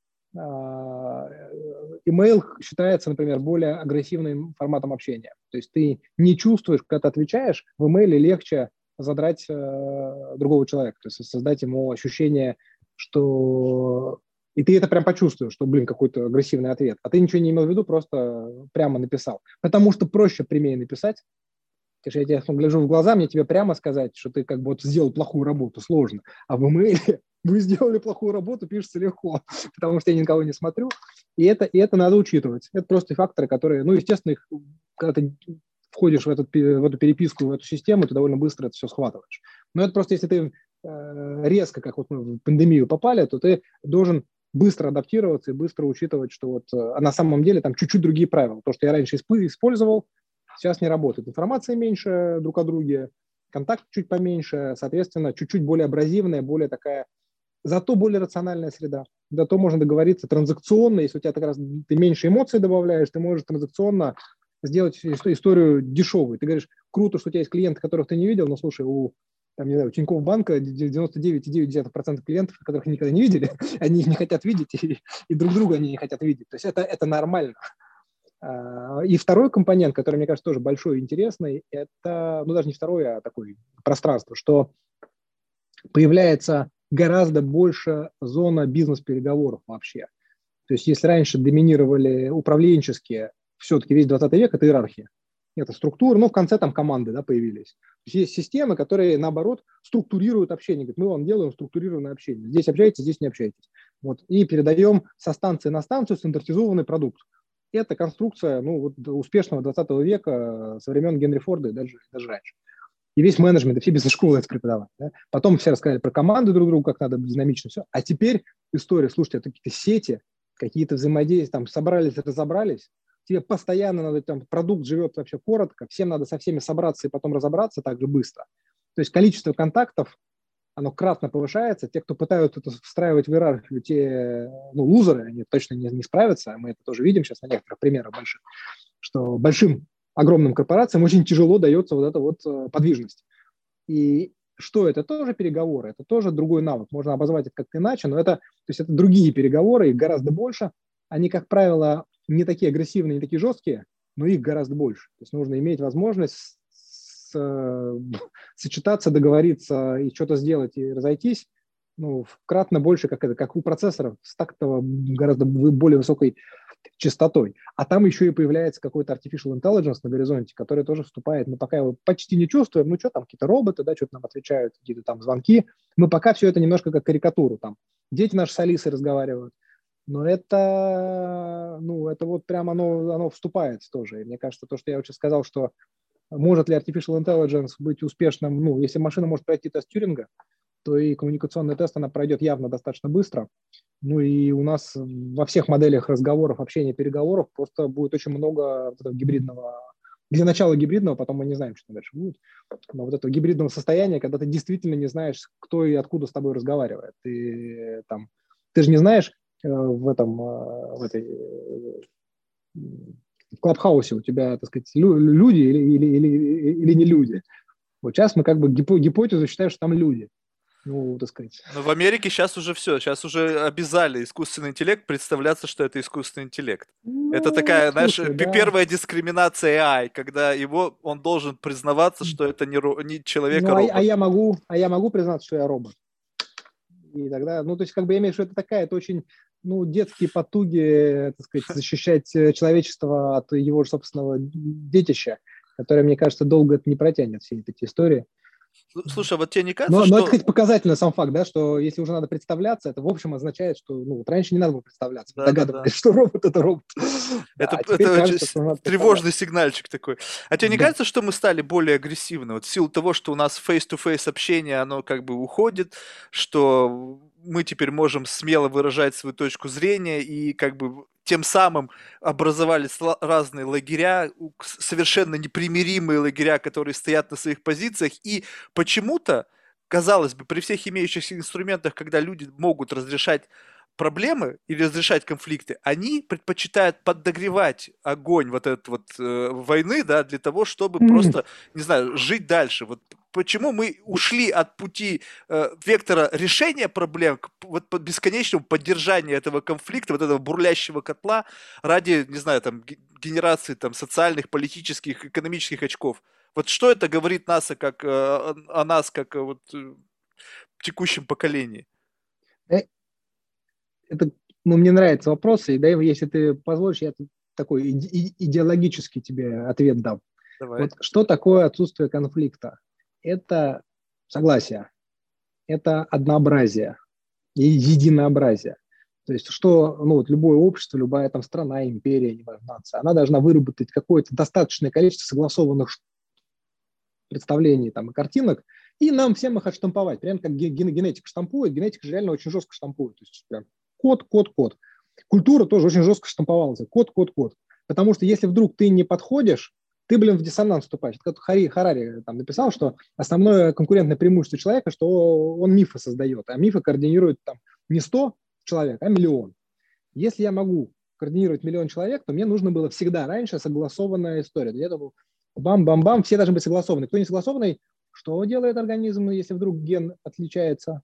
email считается, например, более агрессивным форматом общения. То есть ты не чувствуешь, когда ты отвечаешь, в email легче задрать другого человека, то есть создать ему ощущение, что... И ты это прям почувствуешь, что, блин, какой-то агрессивный ответ. А ты ничего не имел в виду, просто прямо написал. Потому что проще прямее написать. Если я тебе гляжу в глаза, мне тебе прямо сказать, что ты как бы вот сделал плохую работу, сложно. А в имейле вы сделали плохую работу, пишется легко, потому что я никого не смотрю. И это, и это надо учитывать. Это просто факторы, которые, ну, естественно, их, когда ты входишь в, этот, в эту переписку, в эту систему, ты довольно быстро это все схватываешь. Но это просто, если ты э, резко, как вот мы в пандемию попали, то ты должен быстро адаптироваться и быстро учитывать, что вот а на самом деле там чуть-чуть другие правила. То, что я раньше использовал, сейчас не работает. Информация меньше друг о друге, контакт чуть поменьше, соответственно, чуть-чуть более абразивная, более такая, зато более рациональная среда. Зато можно договориться транзакционно, если у тебя как раз ты меньше эмоций добавляешь, ты можешь транзакционно сделать историю дешевой. Ты говоришь, круто, что у тебя есть клиенты, которых ты не видел, но слушай, у, там, не знаю, у Тинькофф банка девяносто девять целых девять десятых процента клиентов, которых никогда не видели, они их не хотят видеть, и, и друг друга они не хотят видеть. То есть это, это нормально. И второй компонент, который, мне кажется, тоже большой и интересный, это, ну, даже не второй, а такое пространство, что появляется гораздо больше зона бизнес-переговоров вообще. То есть если раньше доминировали управленческие, все-таки весь двадцатый век – это иерархия. Это структура, ну, в конце там команды, да, появились. То есть есть системы, которые, наоборот, структурируют общение. Говорят, мы вам делаем структурированное общение. Здесь общаетесь, здесь не общаетесь. Вот. И передаем со станции на станцию стандартизованный продукт. Это конструкция, ну, вот, успешного двадцатого века со времен Генри Форда и даже, даже раньше. И весь менеджмент, и все бизнес-школы это преподавали. Да? Потом все рассказали про команды друг другу, как надо динамично все. А теперь история, слушайте, это какие-то сети, какие-то взаимодействия, там собрались, разобрались. Тебе постоянно надо, там продукт живет вообще коротко, всем надо со всеми собраться и потом разобраться так же быстро. То есть количество контактов, оно кратно повышается. Те, кто пытаются это встраивать в иерархию, те, ну, лузеры, они точно не, не справятся. Мы это тоже видим сейчас на некоторых примерах больших, что большим огромным корпорациям очень тяжело дается вот эта вот подвижность. И что это? Тоже переговоры, это тоже другой навык. Можно обозвать это как-то иначе, но это, то есть это другие переговоры, их гораздо больше. Они, как правило, не такие агрессивные, не такие жесткие, но их гораздо больше. То есть нужно иметь возможность с, с, сочетаться, договориться и что-то сделать и разойтись. Ну, кратно больше, как это, как у процессоров, с так-то гораздо более высокой частотой. А там еще и появляется какой-то artificial intelligence на горизонте, который тоже вступает. Мы пока его почти не чувствуем. Ну, что там, какие-то роботы, да, что-то нам отвечают, какие-то там звонки. Мы пока все это немножко как карикатуру. Там дети наши с Алисой разговаривают. Но это, ну, это вот прямо оно, оно вступает тоже. И мне кажется, то, что я сейчас сказал, что может ли artificial intelligence быть успешным, ну, если машина может пройти тест Тьюринга, то и коммуникационный тест она пройдет явно достаточно быстро. Ну и у нас во всех моделях разговоров, общения, переговоров просто будет очень много вот этого гибридного, для начала гибридного, потом мы не знаем, что дальше будет, но вот этого гибридного состояния, когда ты действительно не знаешь, кто и откуда с тобой разговаривает. Ты, там, ты же не знаешь э, в этом, э, в этой, э, в Клабхаусе у тебя, так сказать, лю- люди или, или, или, или не люди. Вот сейчас мы как бы гипо- гипотезу считаем, что там люди. Ну, так сказать. Но в Америке сейчас уже все, сейчас уже обязали искусственный интеллект представляться, что это искусственный интеллект. Это Ну, такая, знаешь, слушай, п- да. первая дискриминация эй ай, когда его, он должен признаваться, что это не, ро- не человек, Ну, а а, а робот. я могу, а я могу признаться, что я робот. И тогда, ну, то есть, как бы я имею в виду, что это такая, это очень, ну, детские потуги, так сказать, защищать человечество от его же собственного детища, которое, мне кажется, долго это не протянет, все эти истории. Слу- Слушай, вот тебе не кажется, Но, но это, что... кстати, показательный сам факт, да, что если уже надо представляться, это, в общем, означает, что, ну, вот раньше не надо было представляться, мы Да-да-да. догадывались, что робот – это робот. Да, Это, а теперь это очень кажется, с- что надо тревожный представляться. сигнальчик такой. А тебе не Да. кажется, что мы стали более агрессивны? Вот в силу того, что у нас face-to-face общение, оно как бы уходит, что мы теперь можем смело выражать свою точку зрения и как бы тем самым образовались ла- разные лагеря, у- с- совершенно непримиримые лагеря, которые стоят на своих позициях, и почему-то, казалось бы, при всех имеющихся инструментах, когда люди могут разрешать проблемы или разрешать конфликты, они предпочитают подогревать огонь вот этот вот э, войны, да, для того, чтобы М, просто, не знаю, жить дальше. Вот почему мы ушли от пути э, вектора решения проблем к п- вот по бесконечному поддержанию этого конфликта, вот этого бурлящего котла ради, не знаю, там, ге- генерации там социальных, политических, экономических очков. Вот что это говорит нас, о как, э, о о нас, как э, вот э, текущем поколении? э, Это, ну, мне нравятся вопросы, и да, если ты позволишь, я тут такой иде- и- идеологический тебе ответ дам. Давай. Вот что такое отсутствие конфликта? Это согласие, это однообразие и единообразие. То есть что, ну, вот любое общество, любая там страна, империя, неважно, нация, она должна выработать какое-то достаточное количество согласованных ш- представлений там, и картинок, и нам всем их отштамповать. Прям как ге- ген- генетика штампует, генетика же реально очень жестко штампует. То есть прям код, код, код. Культура тоже очень жестко штамповалась. Код, код, код. Потому что если вдруг ты не подходишь, ты, блин, в диссонанс вступаешь. Как Хари, Харари там написал, что основное конкурентное преимущество человека, что он мифы создает, а мифы координирует там не сто человек, а миллион. Если я могу координировать миллион человек, то мне нужно было всегда раньше согласованная история. Я думал, бам-бам-бам, все должны быть согласованы. Кто не согласованный, что делает организм, если вдруг ген отличается?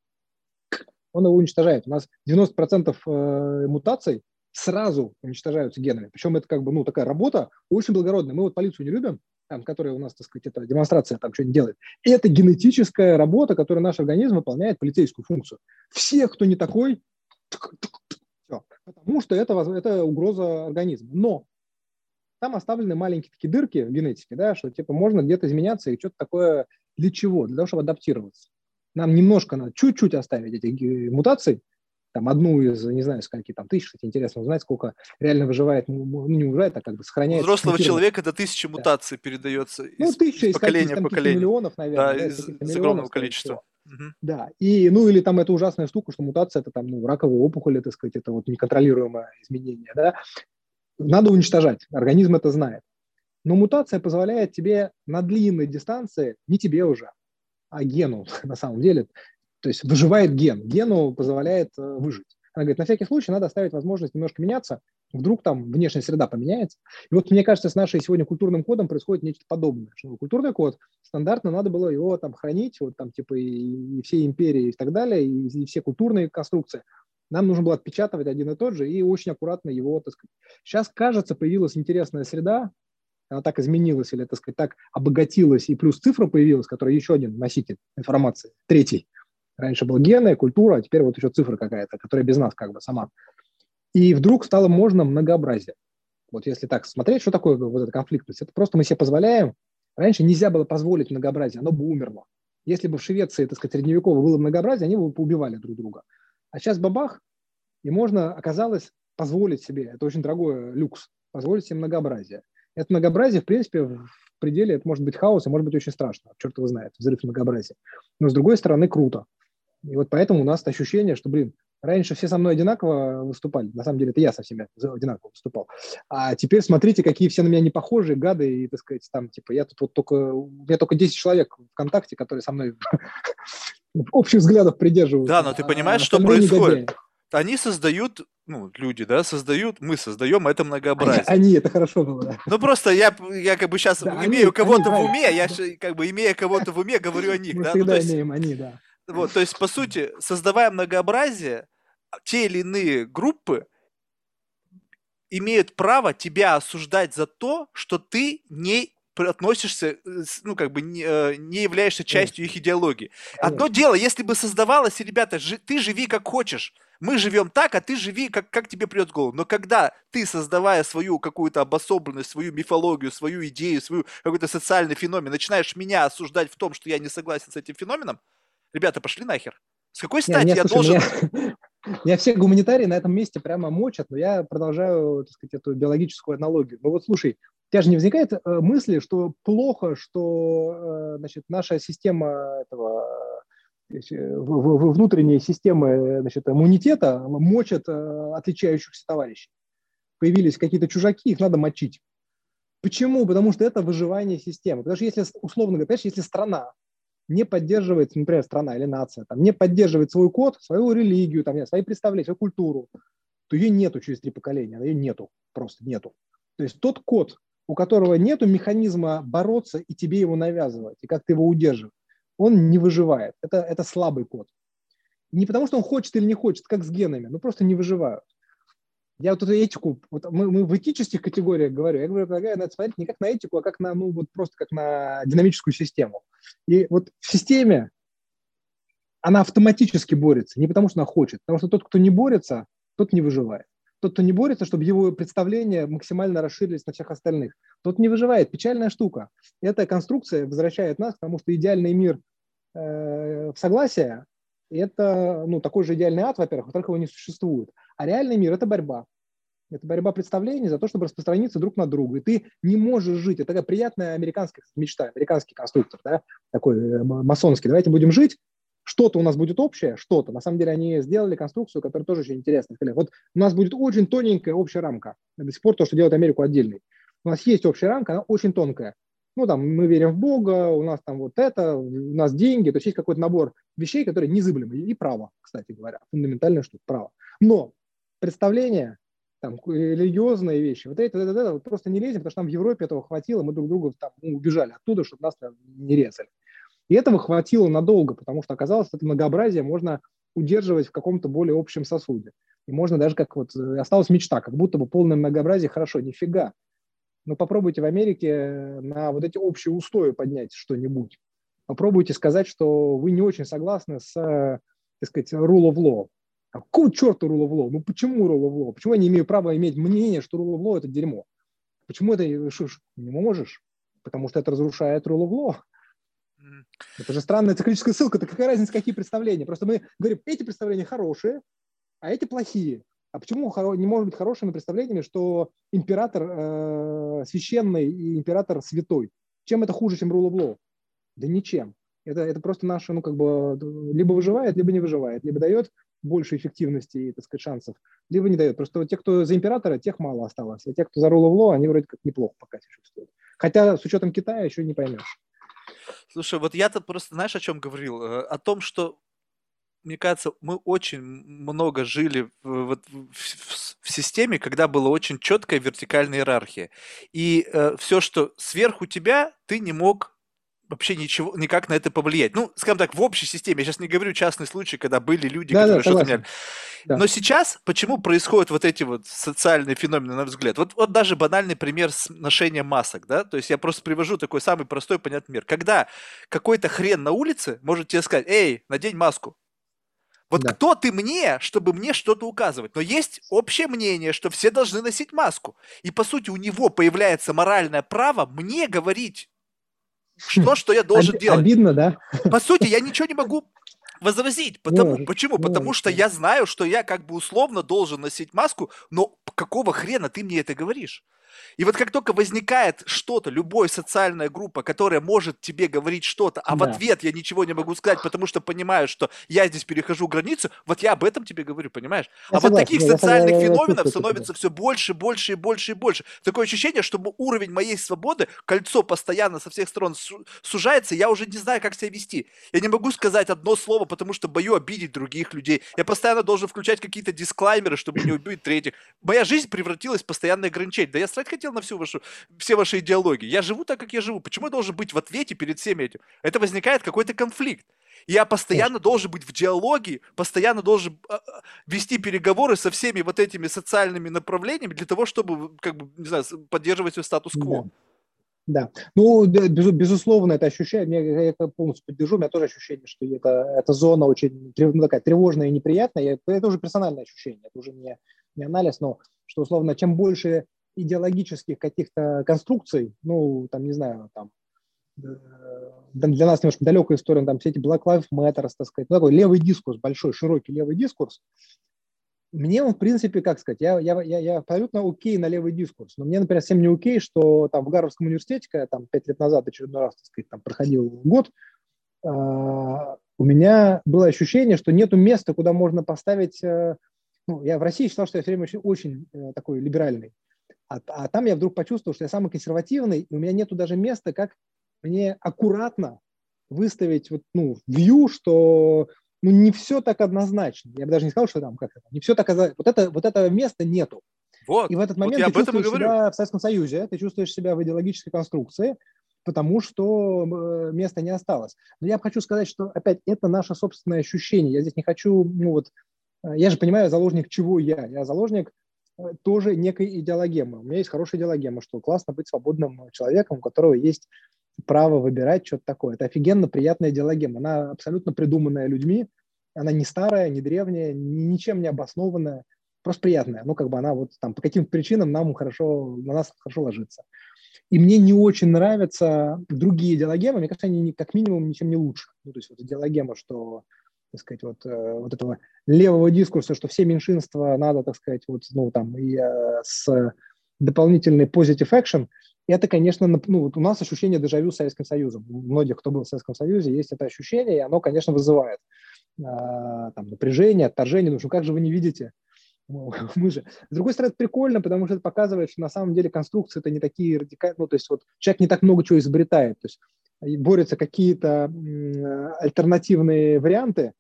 Он его уничтожает. У нас девяносто процентов э, мутаций сразу уничтожаются генами. Причем это как бы, ну, такая работа очень благородная. Мы вот полицию не любим, там, которая у нас, так сказать, это демонстрация там что-нибудь делает. И это генетическая работа, которую наш организм выполняет полицейскую функцию. Всех, кто не такой, все. Потому что это, это угроза организму. Но там оставлены маленькие такие дырки в генетике, да, что типа можно где-то изменяться и что-то такое. Для чего? Для того, чтобы адаптироваться. Нам немножко надо чуть-чуть оставить эти мутаций, там одну из, не знаю, скольки там тысяч, кстати, интересно узнать, сколько реально выживает, ну, не выживает, а как бы У сохраняется взрослого скрутированных. человека до тысячи Да. мутаций передается Ну, из, из тысяча из каких, из поколения в там каких-то поколение. миллионов, наверное, Да, да, из из, каких-то из миллионов, огромного скорее количества. всего. Мгм. Да, и, ну, или там это ужасная штука, что мутация, это там, ну, раковые опухоли, так сказать, это вот неконтролируемое изменение, да. Надо уничтожать, организм это знает. Но мутация позволяет тебе на длинной дистанции, не тебе уже, а гену на самом деле, то есть выживает ген, гену позволяет э, выжить. Она говорит, на всякий случай надо оставить возможность немножко меняться, Вдруг там внешняя среда поменяется. И вот мне кажется, с нашей сегодня культурным кодом происходит нечто подобное. Что культурный код стандартно надо было его там хранить, вот там типа и, и все империи и так далее, и, и все культурные конструкции. Нам нужно было отпечатывать один и тот же и очень аккуратно его, так сказать. Сейчас, кажется, появилась интересная среда, она так изменилась или, так сказать, так обогатилась, и плюс цифра появилась, которая еще один носитель информации, третий. Раньше был гены, культура, а теперь вот еще цифра какая-то, которая без нас как бы сама. И вдруг стало можно многообразие. Вот если так смотреть, что такое вот эта конфликтность? Это просто мы себе позволяем. Раньше нельзя было позволить многообразие, оно бы умерло. Если бы в Швеции, так сказать, средневековое было многообразие, они бы поубивали друг друга. А сейчас бабах, и можно, оказалось, позволить себе, это очень дорогой люкс, позволить себе многообразие. Это многообразие, в принципе, в пределе, это может быть хаос, и может быть очень страшно, черт его знает, взрыв многообразия. Но, с другой стороны, круто. И вот поэтому у нас ощущение, что, блин, раньше все со мной одинаково выступали. На самом деле, это я со всеми одинаково выступал. А теперь смотрите, какие все на меня не похожие, гады. И, так сказать, там, типа, я тут вот только... У меня только десять человек ВКонтакте, которые со мной общих взглядов придерживаются. Да, но ты понимаешь, а что происходит? негодяи. Они создают, ну, люди, да, создают, мы создаем это многообразие. Они, это хорошо было, да. Ну, просто я, я как бы сейчас Да, имею они, кого-то они, в уме, я да. ж, как бы имея кого-то в уме, говорю о них, Мы да. Ну, то всегда есть, имеем они, да. вот, то есть, по сути, создавая многообразие, те или иные группы имеют право тебя осуждать за то, что ты не относишься, э, с- ну, как бы не, э, не являешься частью Конечно, их идеологии. Одно конечно. дело, если бы создавалось, и, ребята, жи- ты живи как хочешь, мы живем так, а ты живи, как, как тебе придет в голову. Но когда ты, создавая свою какую-то обособленность, свою мифологию, свою идею, свою какой-то социальный феномен, начинаешь меня осуждать в том, что я не согласен с этим феноменом, ребята, пошли нахер. С какой Не, стати меня, я слушай, должен... меня, меня все гуманитарии на этом месте прямо мочат, но я продолжаю, так сказать, эту биологическую аналогию. Ну вот слушай, у тебя же не возникает э, мысли, что плохо, что э, значит, наша система этого, э, в- в- внутренней системы э, значит, иммунитета мочат э, отличающихся товарищей. Появились какие-то чужаки, их надо мочить. Почему? Потому что это выживание системы. Потому что если, условно говоря, понимаешь, если страна не поддерживает, например, страна или нация, там, не поддерживает свой код, свою религию, там, нет, свои представления, свою культуру, то ее нету через три поколения, ее нету, просто нету. То есть тот код, у которого нету механизма бороться и тебе его навязывать, и как ты его удерживаешь, он не выживает. Это, это слабый код. Не потому, что он хочет или не хочет, как с генами, но просто не выживают. Я вот эту этику, вот мы, мы в этических категориях говорю, я говорю, предлагаю надо смотреть не как на этику, а как на, ну, вот просто как на динамическую систему. И вот в системе она автоматически борется, не потому что она хочет, потому что тот, кто не борется, тот не выживает. Тот, кто не борется, чтобы его представления максимально расширились на всех остальных, тот не выживает. Печальная штука. Эта конструкция возвращает нас к тому, что идеальный мир э, в согласии – это ну, такой же идеальный ад, во-первых, во-вторых, его не существует. А реальный мир – это борьба. Это борьба представлений за то, чтобы распространиться друг на друга. И ты не можешь жить. Это такая приятная американская мечта, американский конструктор, да, такой э, масонский. Давайте будем жить, что-то у нас будет общее, что-то. На самом деле они сделали конструкцию, которая тоже очень интересная. Вот у нас будет очень тоненькая общая рамка. До сих пор то, что делает Америку отдельной. У нас есть общая рамка, она очень тонкая. Ну, там, мы верим в Бога, у нас там вот это, у нас деньги. То есть есть какой-то набор вещей, которые незыблемы. И право, кстати говоря, фундаментальная штука, право. Но представление, там, религиозные вещи, вот это, это, это, вот просто не лезем, потому что нам в Европе этого хватило, мы друг друга там ну, убежали оттуда, чтобы нас там не резали. И этого хватило надолго, потому что оказалось, что это многообразие можно удерживать в каком-то более общем сосуде. И можно даже как вот осталась мечта, как будто бы полное многообразие хорошо, нифига. Но попробуйте в Америке на вот эти общие устои поднять что-нибудь. Попробуйте сказать, что вы не очень согласны с, так сказать, rule of law. А какого черта rule of law? Ну почему rule of law? Почему я не имею права иметь мнение, что rule of law – это дерьмо? Почему это не можешь? Потому что это разрушает rule of law. Это же странная циклическая ссылка. Это какая разница, какие представления? Просто мы говорим, эти представления хорошие, а эти плохие. А почему не может быть хорошими представлениями, что император э, священный и император святой? Чем это хуже, чем rule of law? Да ничем. Это, это просто наше, ну, как бы, либо выживает, либо не выживает, либо дает больше эффективности и, так сказать, шансов, либо не дает. Просто те, кто за императора, тех мало осталось. А те, кто за rule of law, они вроде как неплохо пока существуют. Хотя с учетом Китая еще не поймешь. Слушай, вот я-то просто, знаешь, о чем говорил? О том, что мне кажется, мы очень много жили в, вот в, в- в системе, когда была очень четкая вертикальная иерархия. И все, что сверху тебя, ты не мог вообще ничего, никак на это повлиять. Ну, скажем так, в общей системе. Я сейчас не говорю частный случай, когда были люди, Да, да, которые что-то меняли. согласен. Да, Но сейчас почему происходят вот эти вот социальные феномены, на взгляд? Вот, вот даже банальный пример с ношением масок, да? То есть я просто привожу такой самый простой, понятный мир. Когда какой-то хрен на улице может тебе сказать: эй, надень маску. Вот да. кто ты мне, чтобы мне что-то указывать? Но есть общее мнение, что все должны носить маску. И по сути у него появляется моральное право мне говорить, что, что я должен Оби- делать. Обидно, да? По сути, я ничего не могу возразить. Не Потому, можешь, почему? не Потому можешь, что да. я знаю, что я как бы условно должен носить маску, но какого хрена ты мне это говоришь? И вот как только возникает что-то, любая социальная группа, которая может тебе говорить что-то, а в Да, ответ я ничего не могу сказать, потому что понимаю, что я здесь перехожу границу, вот я об этом тебе говорю, понимаешь? я А вот согласен, таких не, я, сог- я, социальных я- я феноменов чувствую, что ты становится говоришь. все больше, больше и больше и больше. Такое ощущение, что уровень моей свободы, кольцо постоянно со всех сторон су- сужается, я уже не знаю, как себя вести. Я не могу сказать одно слово, потому что боюсь обидеть других людей. Я постоянно должен включать какие-то дисклаймеры, чтобы не убить третьих. Моя жизнь превратилась в постоянное ограничение. Да я срать хотел на всю вашу, все ваши идеологии. Я живу так, как я живу. Почему я должен быть в ответе перед всеми этим? Это возникает какой-то конфликт. Я постоянно Конечно. должен быть в диалоге, постоянно должен а, а, вести переговоры со всеми вот этими социальными направлениями для того, чтобы, как бы, не знаю, поддерживать свой Да. статус-кво. Да, ну, да, безу- безусловно, это ощущение, мне- я это полностью поддержу, у меня тоже ощущение, что это, эта зона очень трев- ну, такая тревожная и неприятная, Я- это уже персональное ощущение, это уже не, не анализ, но что, условно, чем больше идеологических каких-то конструкций, ну, там, не знаю, там, э, для нас немножко далекая история, там, все эти Black Lives Matter, так сказать, ну, такой левый дискурс, большой, широкий левый дискурс, мне он, в принципе, как сказать, я, я, я, я абсолютно окей на левый дискурс, но мне, например, совсем не окей, что там в Гарвардском университете, когда я там пять лет назад очередной раз, так сказать, там проходил год, э, у меня было ощущение, что нету места, куда можно поставить, э, ну, я в России считал, что я все время очень, очень э, такой либеральный, а, а там я вдруг почувствовал, что я самый консервативный, и у меня нету даже места, как мне аккуратно выставить вот, ну, view, что ну, не все так однозначно. Я бы даже не сказал, что там как это, не все так однозначно. Вот, это, вот этого места нету. И Вот, в этот вот момент я ты об этом и чувствуешь говорю. себя в Советском Союзе, ты чувствуешь себя в идеологической конструкции, потому что э, места не осталось. Но я хочу сказать, что опять это наше собственное ощущение. Я здесь не хочу, ну вот, э, я же понимаю, заложник чего я. Я заложник э, тоже некой идеологемы. У меня есть хорошая идеологема, что классно быть свободным человеком, у которого есть право выбирать что-то такое. Это офигенно приятная идеологема. Она абсолютно придуманная людьми, она не старая, не древняя, ни- ничем не обоснованная, просто приятная. Ну, как бы она вот там по каким-то причинам нам хорошо, на нас хорошо ложится. И мне не очень нравятся другие идеологемы, мне кажется, они как минимум ничем не лучше. Ну, то есть вот идеологема, что, так сказать, вот, э, вот этого левого дискурса, что все меньшинства надо, так сказать, вот, ну, там, и э, с дополнительный positive action, это, конечно, ну, вот у нас ощущение дежавю с Советским Союзом. У многих, кто был в Советском Союзе, есть это ощущение, и оно, конечно, вызывает э, там, напряжение, отторжение. Ну, что как же вы не видите? Мы же. С другой стороны, это прикольно, потому что это показывает, что на самом деле конструкции это не такие радикальные, ну, то есть вот человек не так много чего изобретает, то есть борются какие-то альтернативные варианты,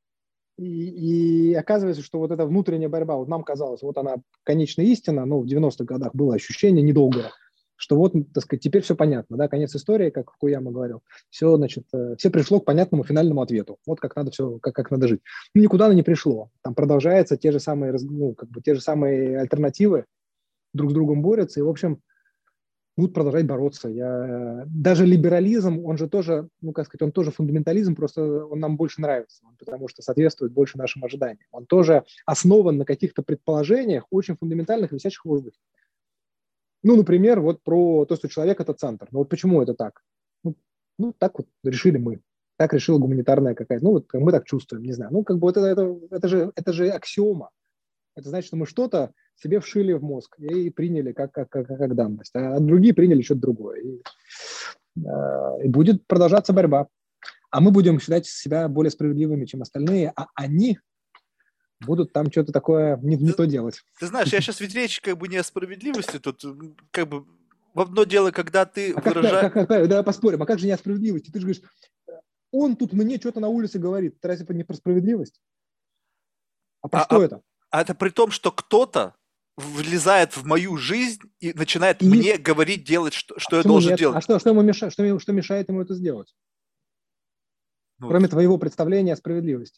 и, и оказывается, что вот эта внутренняя борьба, вот нам казалось, вот она конечная истина, ну, в девяностых годах было ощущение недолгое, что вот, так сказать, теперь все понятно, да, конец истории, как Фукуяма говорил, все, значит, все пришло к понятному финальному ответу, вот как надо все, как, как надо жить. Ну, никуда оно не пришло, там продолжаются те же самые, ну, как бы те же самые альтернативы, друг с другом борются, и, в общем, будут продолжать бороться. Я... Даже либерализм, он же тоже, ну, как сказать, он тоже фундаментализм, просто он нам больше нравится, потому что соответствует больше нашим ожиданиям. Он тоже основан на каких-то предположениях, очень фундаментальных, висящих в воздухе. Ну, например, вот про то, что человек – это центр. Ну, вот почему это так? Ну, ну, так вот решили мы. Так решила гуманитарная какая-то. Ну, вот мы так чувствуем, не знаю. Ну, как бы это, это, это, же, это же аксиома. Это значит, что мы что-то себе вшили в мозг и приняли как, как, как, как данность, а другие приняли что-то другое. И, э, и будет продолжаться борьба. А мы будем считать себя более справедливыми, чем остальные, а они будут там что-то такое не, не Ты, то делать. ты знаешь, я сейчас ведь речь как бы не о справедливости, тут как бы в одно дело, когда ты А как, как, выражаешь... как, давай поспорим, а как же не о справедливости? Ты же говоришь, он тут мне что-то на улице говорит. Это разве не про справедливость? А про А, что а, это? а это при том, что кто-то влезает в мою жизнь и начинает И мне говорить, делать, что, а что я почему должен нет? делать. А что, что, ему мешает, что, ему- что мешает ему это сделать? Ну, Кроме твоего представления о справедливости.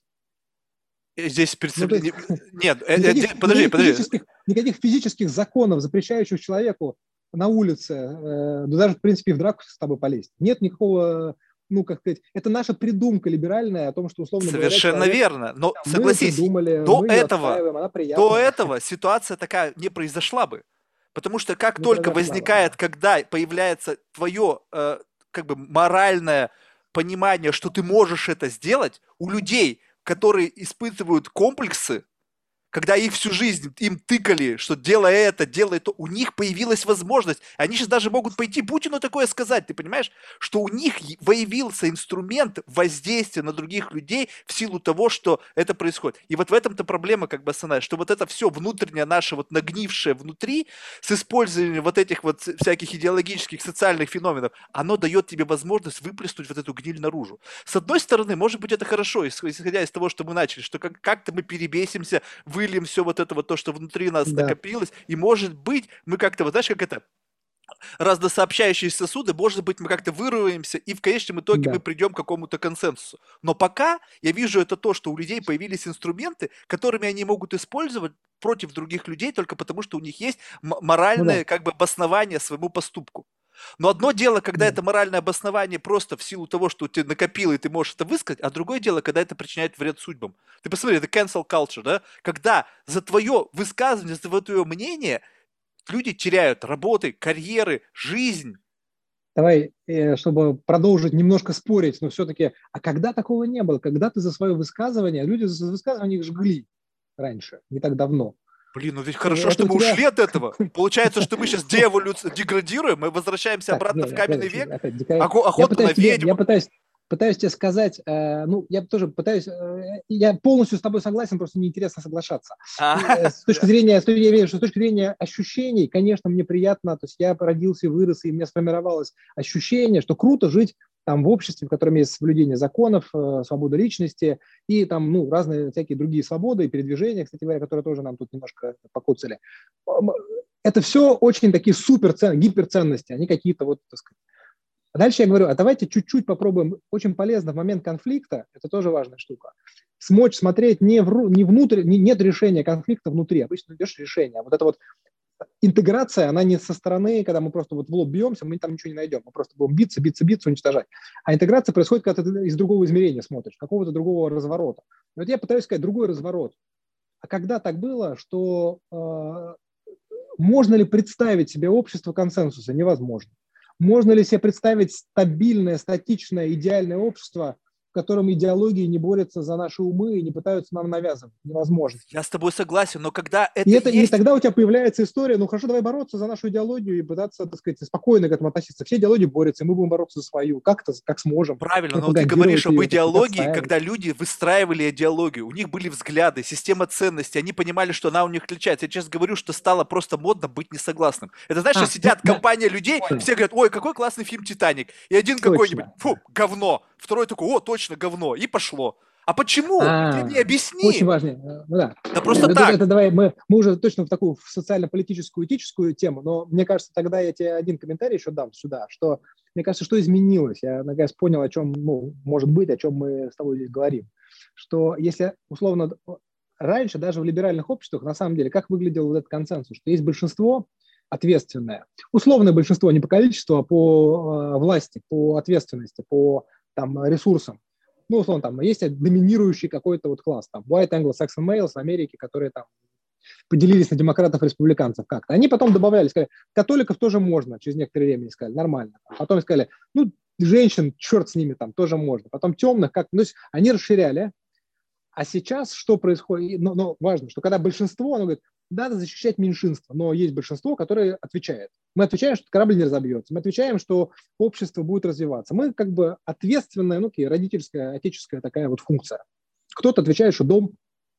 здесь Ну, то есть представление... Нет, э, э, никаких, де- подожди, никаких, подожди. физических, никаких физических законов, запрещающих человеку на улице, э, да даже, в принципе, в драку с тобой полезть. Нет никакого, ну, как сказать, это наша придумка либеральная о том, что, условно говоря, Совершенно человек, верно. Но мы ее согласись, придумали, до мы ее этого, отстаиваем, она до приятная. этого ситуация такая не произошла бы. Потому что как Не только произошла бы, возникает, да. когда появляется твое э, как бы моральное понимание, что ты можешь это сделать, у людей, которые испытывают комплексы, когда их всю жизнь им тыкали, что делай это, делай то, у них появилась возможность. Они сейчас даже могут пойти Путину такое сказать, ты понимаешь, что у них появился инструмент воздействия на других людей в силу того, что это происходит. И вот в этом-то проблема как бы основная, что вот это все внутреннее наше, вот нагнившее внутри, с использованием вот этих вот всяких идеологических, социальных феноменов, оно дает тебе возможность выплеснуть вот эту гниль наружу. С одной стороны, может быть, это хорошо, исходя из того, что мы начали, что как- как-то мы перебесимся, выльем все вот это вот то, что внутри нас Да, накопилось, и может быть мы как-то, вот знаешь, как это, разносообщающие сосуды, может быть мы как-то выруемся, и в конечном итоге мы да. придем к какому-то консенсусу. Но пока я вижу это то, что у людей появились инструменты, которыми они могут использовать против других людей только потому, что у них есть м- Ну да, моральное как бы обоснование своему поступку. Но одно дело, когда да. это моральное обоснование просто в силу того, что ты накопил, и ты можешь это высказать, а другое дело, когда это причиняет вред судьбам. Ты посмотри, это cancel culture, да? Когда за твое высказывание, за твое мнение люди теряют работы, карьеры, жизнь. Давай, э, чтобы продолжить немножко спорить, но все-таки, а когда такого не было? Когда ты за свое высказывание, люди за высказывание их жгли раньше, не так давно. Блин, ну ведь Э, хорошо, Это что у мы ушли тебя... от этого. Получается, что мы сейчас деэволюци... деградируем, мы возвращаемся Так, обратно не, в не, каменный подожди, век, опять, дикая- охо- я охота на пытаюсь тебе, ведьм. я пытаюсь, пытаюсь тебе сказать, э, ну, я тоже пытаюсь, э, я полностью с тобой согласен, просто неинтересно соглашаться. А, И, э, с точки зрения, с точки- я верю, что с точки зрения ощущений, конечно, мне приятно, то есть я родился и вырос, и у меня сформировалось ощущение, что круто жить там в обществе, в котором есть соблюдение законов, э, свобода личности и там, ну, разные всякие другие свободы и передвижения, кстати говоря, которые тоже нам тут немножко покоцали. Это все очень такие суперценности, гиперценности, они какие-то вот, так сказать. А дальше я говорю, а давайте чуть-чуть попробуем, очень полезно в момент конфликта, это тоже важная штука, смочь смотреть не, в, не внутрь, не, нет решения конфликта внутри, обычно идешь решение. Вот эта вот интеграция, она не со стороны, когда мы просто вот в лоб бьемся, мы там ничего не найдем, мы просто будем биться, биться, биться, уничтожать. А интеграция происходит, когда ты из другого измерения смотришь, какого-то другого разворота. И вот я пытаюсь сказать другой разворот. А когда так было, что э, можно ли представить себе общество консенсуса? Невозможно. Можно ли себе представить стабильное, статичное, идеальное общество, в котором идеологии не борются за наши умы и не пытаются нам навязывать? Невозможно. Я с тобой согласен, но когда И, это это, и есть... тогда у тебя появляется история, ну хорошо, давай бороться за нашу идеологию и пытаться, так сказать, спокойно к этому относиться. Все идеологии борются, и мы будем бороться за свою, как-то, как сможем, Правильно, но ты говоришь пропагандировать об ее, так сказать, идеологии, отстаивать. когда люди выстраивали идеологию, у них были взгляды, система ценностей, они понимали, что она у них отличается. Я сейчас говорю, что стало просто модно быть несогласным. Это знаешь, что А, ну сидят да, компания людей, понял, все говорят, ой, какой классный фильм «Титаник», и один какой-нибудь, точно. фу, говно, второй такой, о, точно, говно, и пошло. А почему? Ты А, мне очень объясни. важно. Э, Ну, да. Да просто Это, так. это давай мы, мы уже точно в такую в социально-политическую, этическую тему, но мне кажется, тогда я тебе один комментарий еще дам сюда, что мне кажется, что изменилось. Я наконец понял, о чем, ну, может быть, о чем мы с тобой здесь говорим. Что если, условно, раньше даже в либеральных обществах, на самом деле, как выглядел вот этот консенсус, что есть большинство ответственное, условное большинство, не по количеству, а по э, власти, по ответственности, по там, ресурсам. Ну, условно, там есть доминирующий какой-то вот класс, там, white anglo-saxon males в Америке, которые там поделились на демократов и республиканцев как-то. Они потом добавляли, сказали, католиков тоже можно, через некоторое время сказали, нормально. Потом сказали, ну, женщин, черт с ними, там тоже можно. Потом темных, как, ну, то есть они расширяли. А сейчас что происходит? Но, но важно, что когда большинство, оно говорит, надо защищать меньшинство, но есть большинство, которое отвечает. Мы отвечаем, что корабль не разобьется, мы отвечаем, что общество будет развиваться. Мы как бы ответственная, ну, родительская, отеческая такая вот функция. Кто-то отвечает, что дом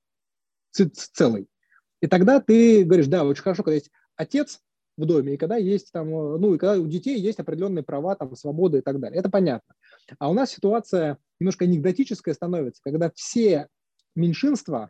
целый. И тогда ты говоришь, да, очень хорошо, когда есть отец в доме, и когда есть там, ну, и когда у детей есть определенные права, там, свободы и так далее. Это понятно. А у нас ситуация немножко анекдотическая становится, когда все меньшинства,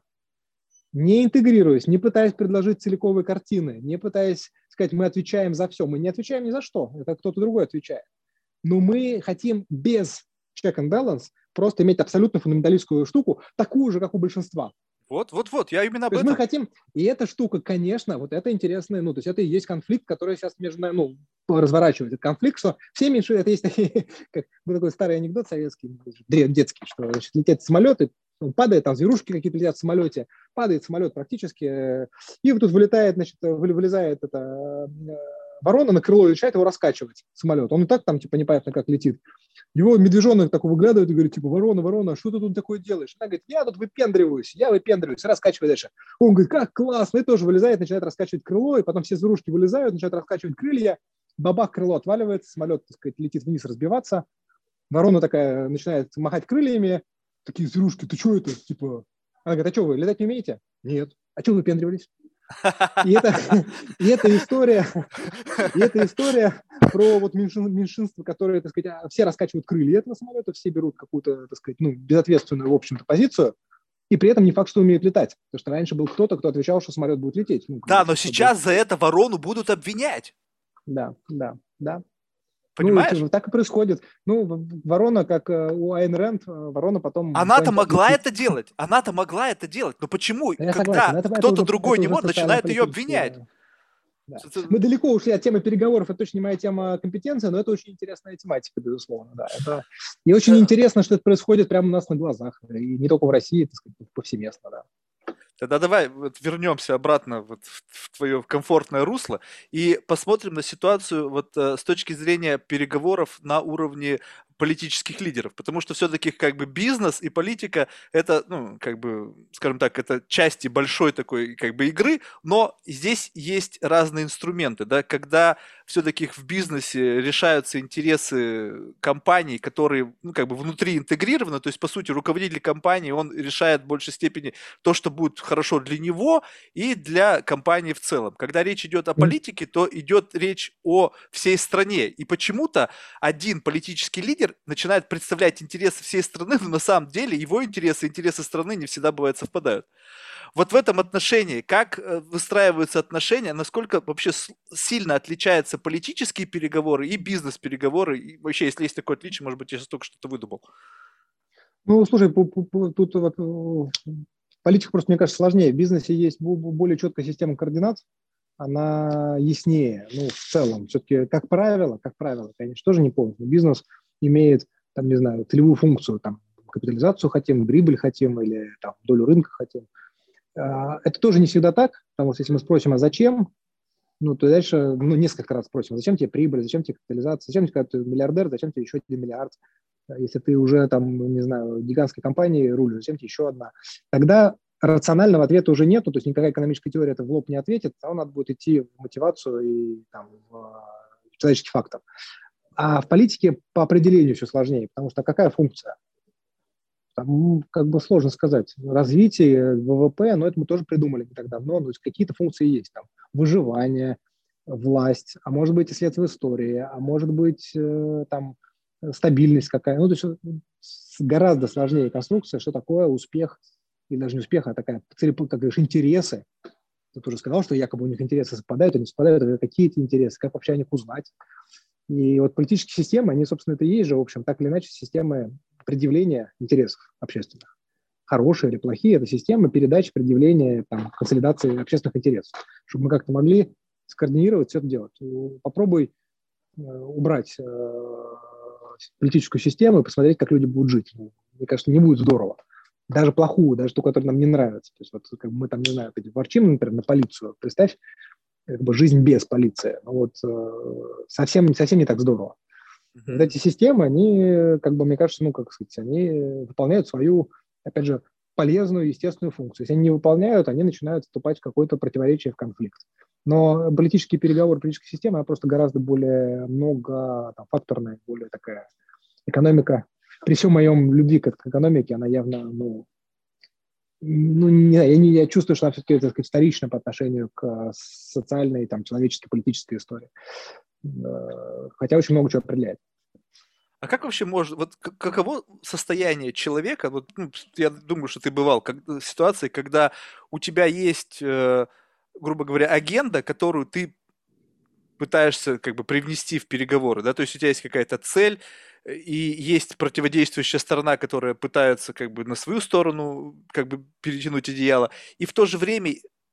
не интегрируясь, не пытаясь предложить целиковые картины, не пытаясь сказать, мы отвечаем за все. Мы не отвечаем ни за что, это кто-то другой отвечает. Но мы хотим без check and balance просто иметь абсолютно фундаменталистскую штуку, такую же, как у большинства. Вот, вот, вот, я именно об то есть этом. Мы хотим, и эта штука, конечно, вот это интересный, ну, то есть это и есть конфликт, который сейчас между нами, ну, разворачивает этот конфликт, что все меньше, это есть как был такой старый анекдот советский, детский, что значит, летят самолеты, он падает, там зверушки какие-то летят в самолете, падает самолет практически, и вот тут вылетает, значит, вылезает эта ворона на крыло и начинает его раскачивать, самолет. Он и так там, типа, непонятно как летит. Его медвежонок такой выглядывает и говорит, типа, ворона, ворона, что ты тут такое делаешь? Она говорит, я тут выпендриваюсь, я выпендриваюсь, раскачивай дальше. Он говорит, как классно, и тоже вылезает, начинает раскачивать крыло, и потом все зверушки вылезают, начинают раскачивать крылья, бабах, крыло отваливается, самолет, так сказать, летит вниз разбиваться. Ворона такая начинает махать крыльями, такие зверушки, ты что это? Типа, она говорит, а что вы, летать не умеете? Нет. А что вы выпендривались? И это, и это история, и это история про вот меньшинство, которое, так сказать, все раскачивают крылья этого самолета, все берут какую-то, так сказать, ну, безответственную, в общем-то, позицию, и при этом не факт, что умеют летать. Потому что раньше был кто-то, кто отвечал, что самолет будет лететь. Ну, да, но сейчас за это ворону будут обвинять. Да, да, да. Понимаешь? Ну, так и происходит. Ну, ворона, как у Айн Рэнд, ворона потом... Она-то могла это делать. Она-то могла это делать. Но почему, я когда это, кто-то это уже, другой это не может, начинает ее обвинять? Да. Мы далеко ушли от темы переговоров, это точно не моя тема компетенции, но это очень интересная тематика, безусловно. Да. Это... И очень да. интересно, что это происходит прямо у нас на глазах. И не только в России, так сказать, повсеместно. Да. Тогда давай вот вернемся обратно вот в твое комфортное русло и посмотрим на ситуацию вот с точки зрения переговоров на уровне политических лидеров, потому что все-таки как бы бизнес и политика это, ну, как бы, скажем так, это части большой такой как бы игры, но здесь есть разные инструменты, да, когда все-таки в бизнесе решаются интересы компаний, которые, ну, как бы внутри интегрированы, то есть, по сути, руководитель компании, он решает в большей степени то, что будет хорошо для него и для компании в целом. Когда речь идет о политике, то идет речь о всей стране, и почему-то один политический лидер начинает представлять интересы всей страны, но на самом деле его интересы и интересы страны не всегда бывают совпадают. Вот в этом отношении, как выстраиваются отношения, насколько вообще сильно отличаются политические переговоры и бизнес-переговоры, и вообще, если есть такое отличие, может быть, я сейчас только что-то выдумал. Ну, слушай, тут политика просто, мне кажется, сложнее. В бизнесе есть более четкая система координат, она яснее, ну, в целом. Все-таки, как правило, как правило, конечно, тоже не полностью. Бизнес имеет, там, не знаю, целевую функцию, там, капитализацию хотим, прибыль хотим или там, долю рынка хотим. Это тоже не всегда так, потому что если мы спросим, а зачем, ну, то дальше, ну, несколько раз спросим, зачем тебе прибыль, зачем тебе капитализация, зачем тебе, когда ты миллиардер, зачем тебе еще один миллиард, если ты уже, там, не знаю, гигантской компании рулишь, зачем тебе еще одна. Тогда рационального ответа уже нету, то есть никакая экономическая теория это в лоб не ответит, а надо будет идти в мотивацию и там, в человеческий фактор. А в политике по определению все сложнее, потому что какая функция? Там, как бы сложно сказать. Развитие ВВП, но это мы тоже придумали не так давно, но какие-то функции есть. Там, выживание, власть, а может быть и след в истории, а может быть там стабильность какая. Ну, то есть гораздо сложнее конструкция, что такое успех, и даже не успех, а такая, как говоришь, интересы. Ты тоже сказал, что якобы у них интересы совпадают, они совпадают, а какие эти интересы, как вообще о них узнать. И вот политические системы, они, собственно, это и есть же, в общем, так или иначе, системы предъявления интересов общественных. Хорошие или плохие, это система передачи, предъявления, там, консолидации общественных интересов. Чтобы мы как-то могли скоординировать все это делать. Попробуй э, убрать э, политическую систему и посмотреть, как люди будут жить. Мне кажется, не будет здорово. Даже плохую, даже ту, которая нам не нравится. То есть вот как мы там, не знаю, ворчим, например, на полицию. Представь, как бы жизнь без полиции. Ну, вот, э, совсем, совсем не так здорово. Mm-hmm. Вот эти системы, они, как бы, мне кажется, ну, как сказать, они выполняют свою, опять же, полезную, естественную функцию. Если они не выполняют, они начинают вступать в какое-то противоречие, в конфликт. Но политические переговоры, политическая система, она просто гораздо более многофакторная, более такая экономика. При всем моем любви к экономике, она явно, ну, ну не, я, не, я чувствую, что она все-таки, так сказать, вторична по отношению к социальной, там, человеческой, политической истории. Хотя очень много чего определяет. А как вообще можно, вот к- каково состояние человека, вот, ну, я думаю, что ты бывал, как, в ситуации, когда у тебя есть, э, грубо говоря, агенда, которую ты пытаешься как бы привнести в переговоры, да, то есть у тебя есть какая-то цель, э, и есть противодействующая сторона, которая пытается как бы на свою сторону как бы перетянуть одеяло, и в то же время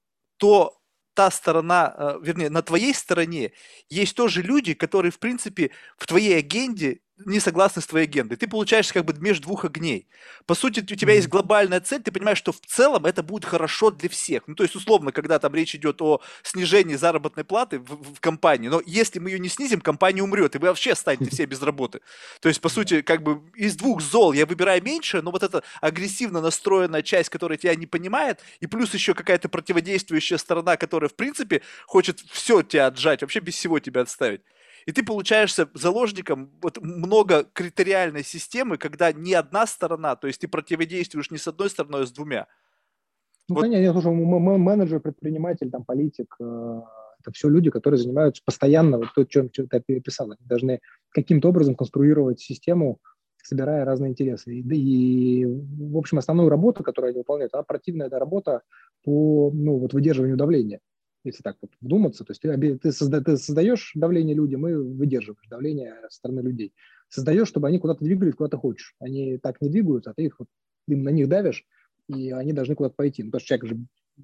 то та сторона, э, вернее, на твоей стороне есть тоже люди, которые, в принципе, в твоей агенде не согласны с твоей агендой. Ты получаешься как бы между двух огней. По сути, у тебя есть Мгм. глобальная цель, ты понимаешь, что в целом это будет хорошо для всех. Ну, то есть, условно, когда там речь идет о снижении заработной платы в, в компании, но если мы ее не снизим, компания умрет, и вы вообще останетесь все без работы. То есть, по Да. сути, как бы из двух зол я выбираю меньшее, но вот эта агрессивно настроенная часть, которая тебя не понимает, и плюс еще какая-то противодействующая сторона, которая, в принципе, хочет все тебя отжать, вообще без всего тебя отставить. И ты получаешься заложником вот много критериальной системы, когда ни одна сторона, то есть ты противодействуешь не с одной стороной, а с двумя. Ну, Вот. конечно, я слушай, м- м- менеджер, предприниматель, там, политик, э, это все люди, которые занимаются постоянно, вот то, чем ты описал, они должны каким-то образом конструировать систему, собирая разные интересы. И, да и, в общем, основную работу, которую они выполняют, она противная эта работа по, ну, вот, выдерживанию давления. Если так вот вдуматься, то есть ты, оби- ты, созда- ты создаешь давление людям и выдерживаешь давление со стороны людей. Создаешь, чтобы они куда-то двигались, куда ты хочешь. Они так не двигаются, а ты их, вот, ты на них давишь, и они должны куда-то пойти. Ну, потому что человек же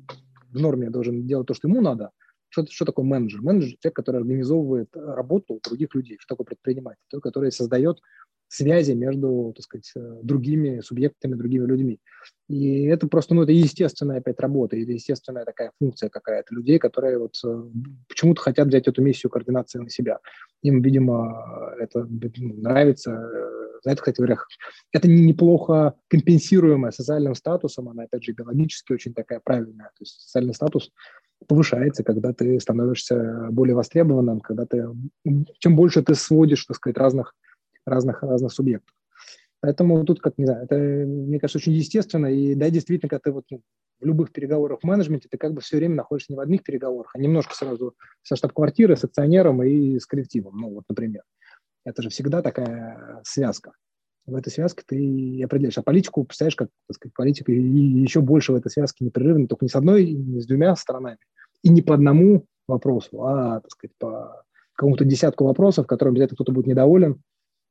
в норме должен делать то, что ему надо. Что, что такое менеджер? Менеджер – человек, который организовывает работу других людей. Что такое предприниматель? Тот, который создает связи между, так сказать, другими субъектами, другими людьми. И это просто, ну, это естественная опять работа, или естественная такая функция какая-то людей, которые вот почему-то хотят взять эту миссию координации на себя. Им, видимо, это нравится. За это, кстати говоря, это неплохо компенсируемая социальным статусом, она, опять же, биологически очень такая правильная. То есть социальный статус повышается, когда ты становишься более востребованным, когда ты, чем больше ты сводишь, так сказать, разных, разных, разных субъектов. Поэтому тут, как не знаю, это, мне кажется, очень естественно. И да, действительно, когда ты вот, ну, в любых переговорах в менеджменте, ты как бы все время находишься не в одних переговорах, а немножко сразу со штаб-квартиры, с акционером и с коллективом. Ну, вот, например. Это же всегда такая связка. В этой связке ты и определяешь. А политику, представляешь, как, так сказать, политика и еще больше в этой связке непрерывно, только не с одной, не с двумя сторонами, и не по одному вопросу, а, так сказать, по какому-то десятку вопросов, которым обязательно кто-то будет недоволен,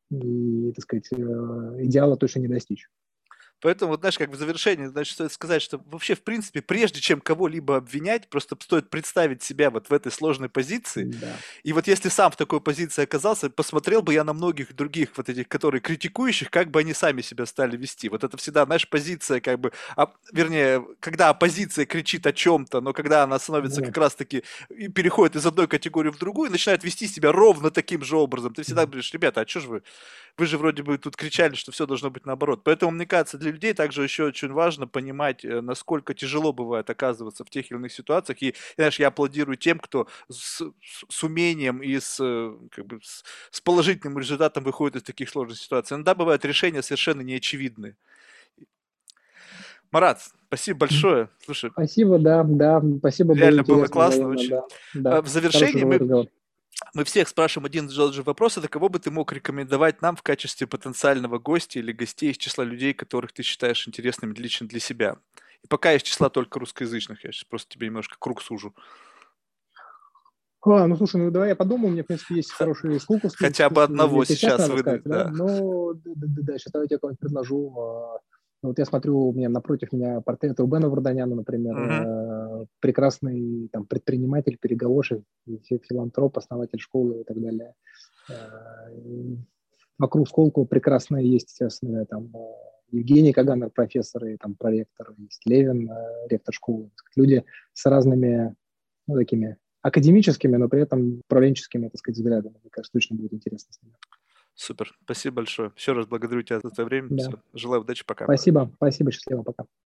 и, так сказать, э, идеала точно не достичь. Поэтому, вот, знаешь, как в завершении, значит, стоит сказать, что вообще, в принципе, прежде чем кого-либо обвинять, просто стоит представить себя вот в этой сложной позиции. Да. И вот если сам в такой позиции оказался, посмотрел бы я на многих других вот этих, которые критикующих, как бы они сами себя стали вести. Вот это всегда, знаешь, позиция как бы, а, вернее, когда оппозиция кричит о чем-то, но когда она становится Ну, как раз-таки и переходит из одной категории в другую, начинает вести себя ровно таким же образом. Ты всегда да. говоришь, ребята, а что же вы вы же вроде бы тут кричали, что все должно быть наоборот. Поэтому, мне кажется, для людей также еще очень важно понимать, э, насколько тяжело бывает оказываться в тех или иных ситуациях. И, знаешь, я аплодирую тем, кто с, с умением и с, э, как бы, с, с положительным результатом выходит из таких сложных ситуаций. Иногда бывают решения совершенно неочевидные. Марат, спасибо большое. Слушай, Спасибо, да, да, спасибо, было реально было интересно классно взаимно, очень. да, да. А, В Хороший завершении живой мы разговор. Мы всех спрашиваем один и тот же вопрос, это кого бы ты мог рекомендовать нам в качестве потенциального гостя или гостей из числа людей, которых ты считаешь интересными лично для себя? И пока из числа только русскоязычных, я сейчас просто тебе немножко круг сужу. А, ну слушай, ну давай я подумаю, у меня, в принципе, есть Х- хороший Сколковский, Хотя бы мне одного тебе сейчас сейчас надо сказать, выдать, да, да. но да, да, да, да, сейчас давайте я кого-нибудь предложу. А, ну, вот я смотрю, у меня напротив меня портрет Рубена Варданяна, например, Мгм. э, прекрасный там предприниматель, переговорщик, фи- филантроп, основатель школы и так далее. Э, и Вокруг Сколково прекрасные есть, естественно, там э, Евгений Каганов, профессор и там проректор, есть Левин, э, ректор школы. Люди с разными, ну, такими академическими, но при этом управленческими, так сказать, взглядами. Мне кажется, точно будет интересно с ними. Супер, спасибо большое. Еще раз благодарю тебя за твое время. Да. Все, желаю удачи, пока. Спасибо, спасибо, счастливо, пока.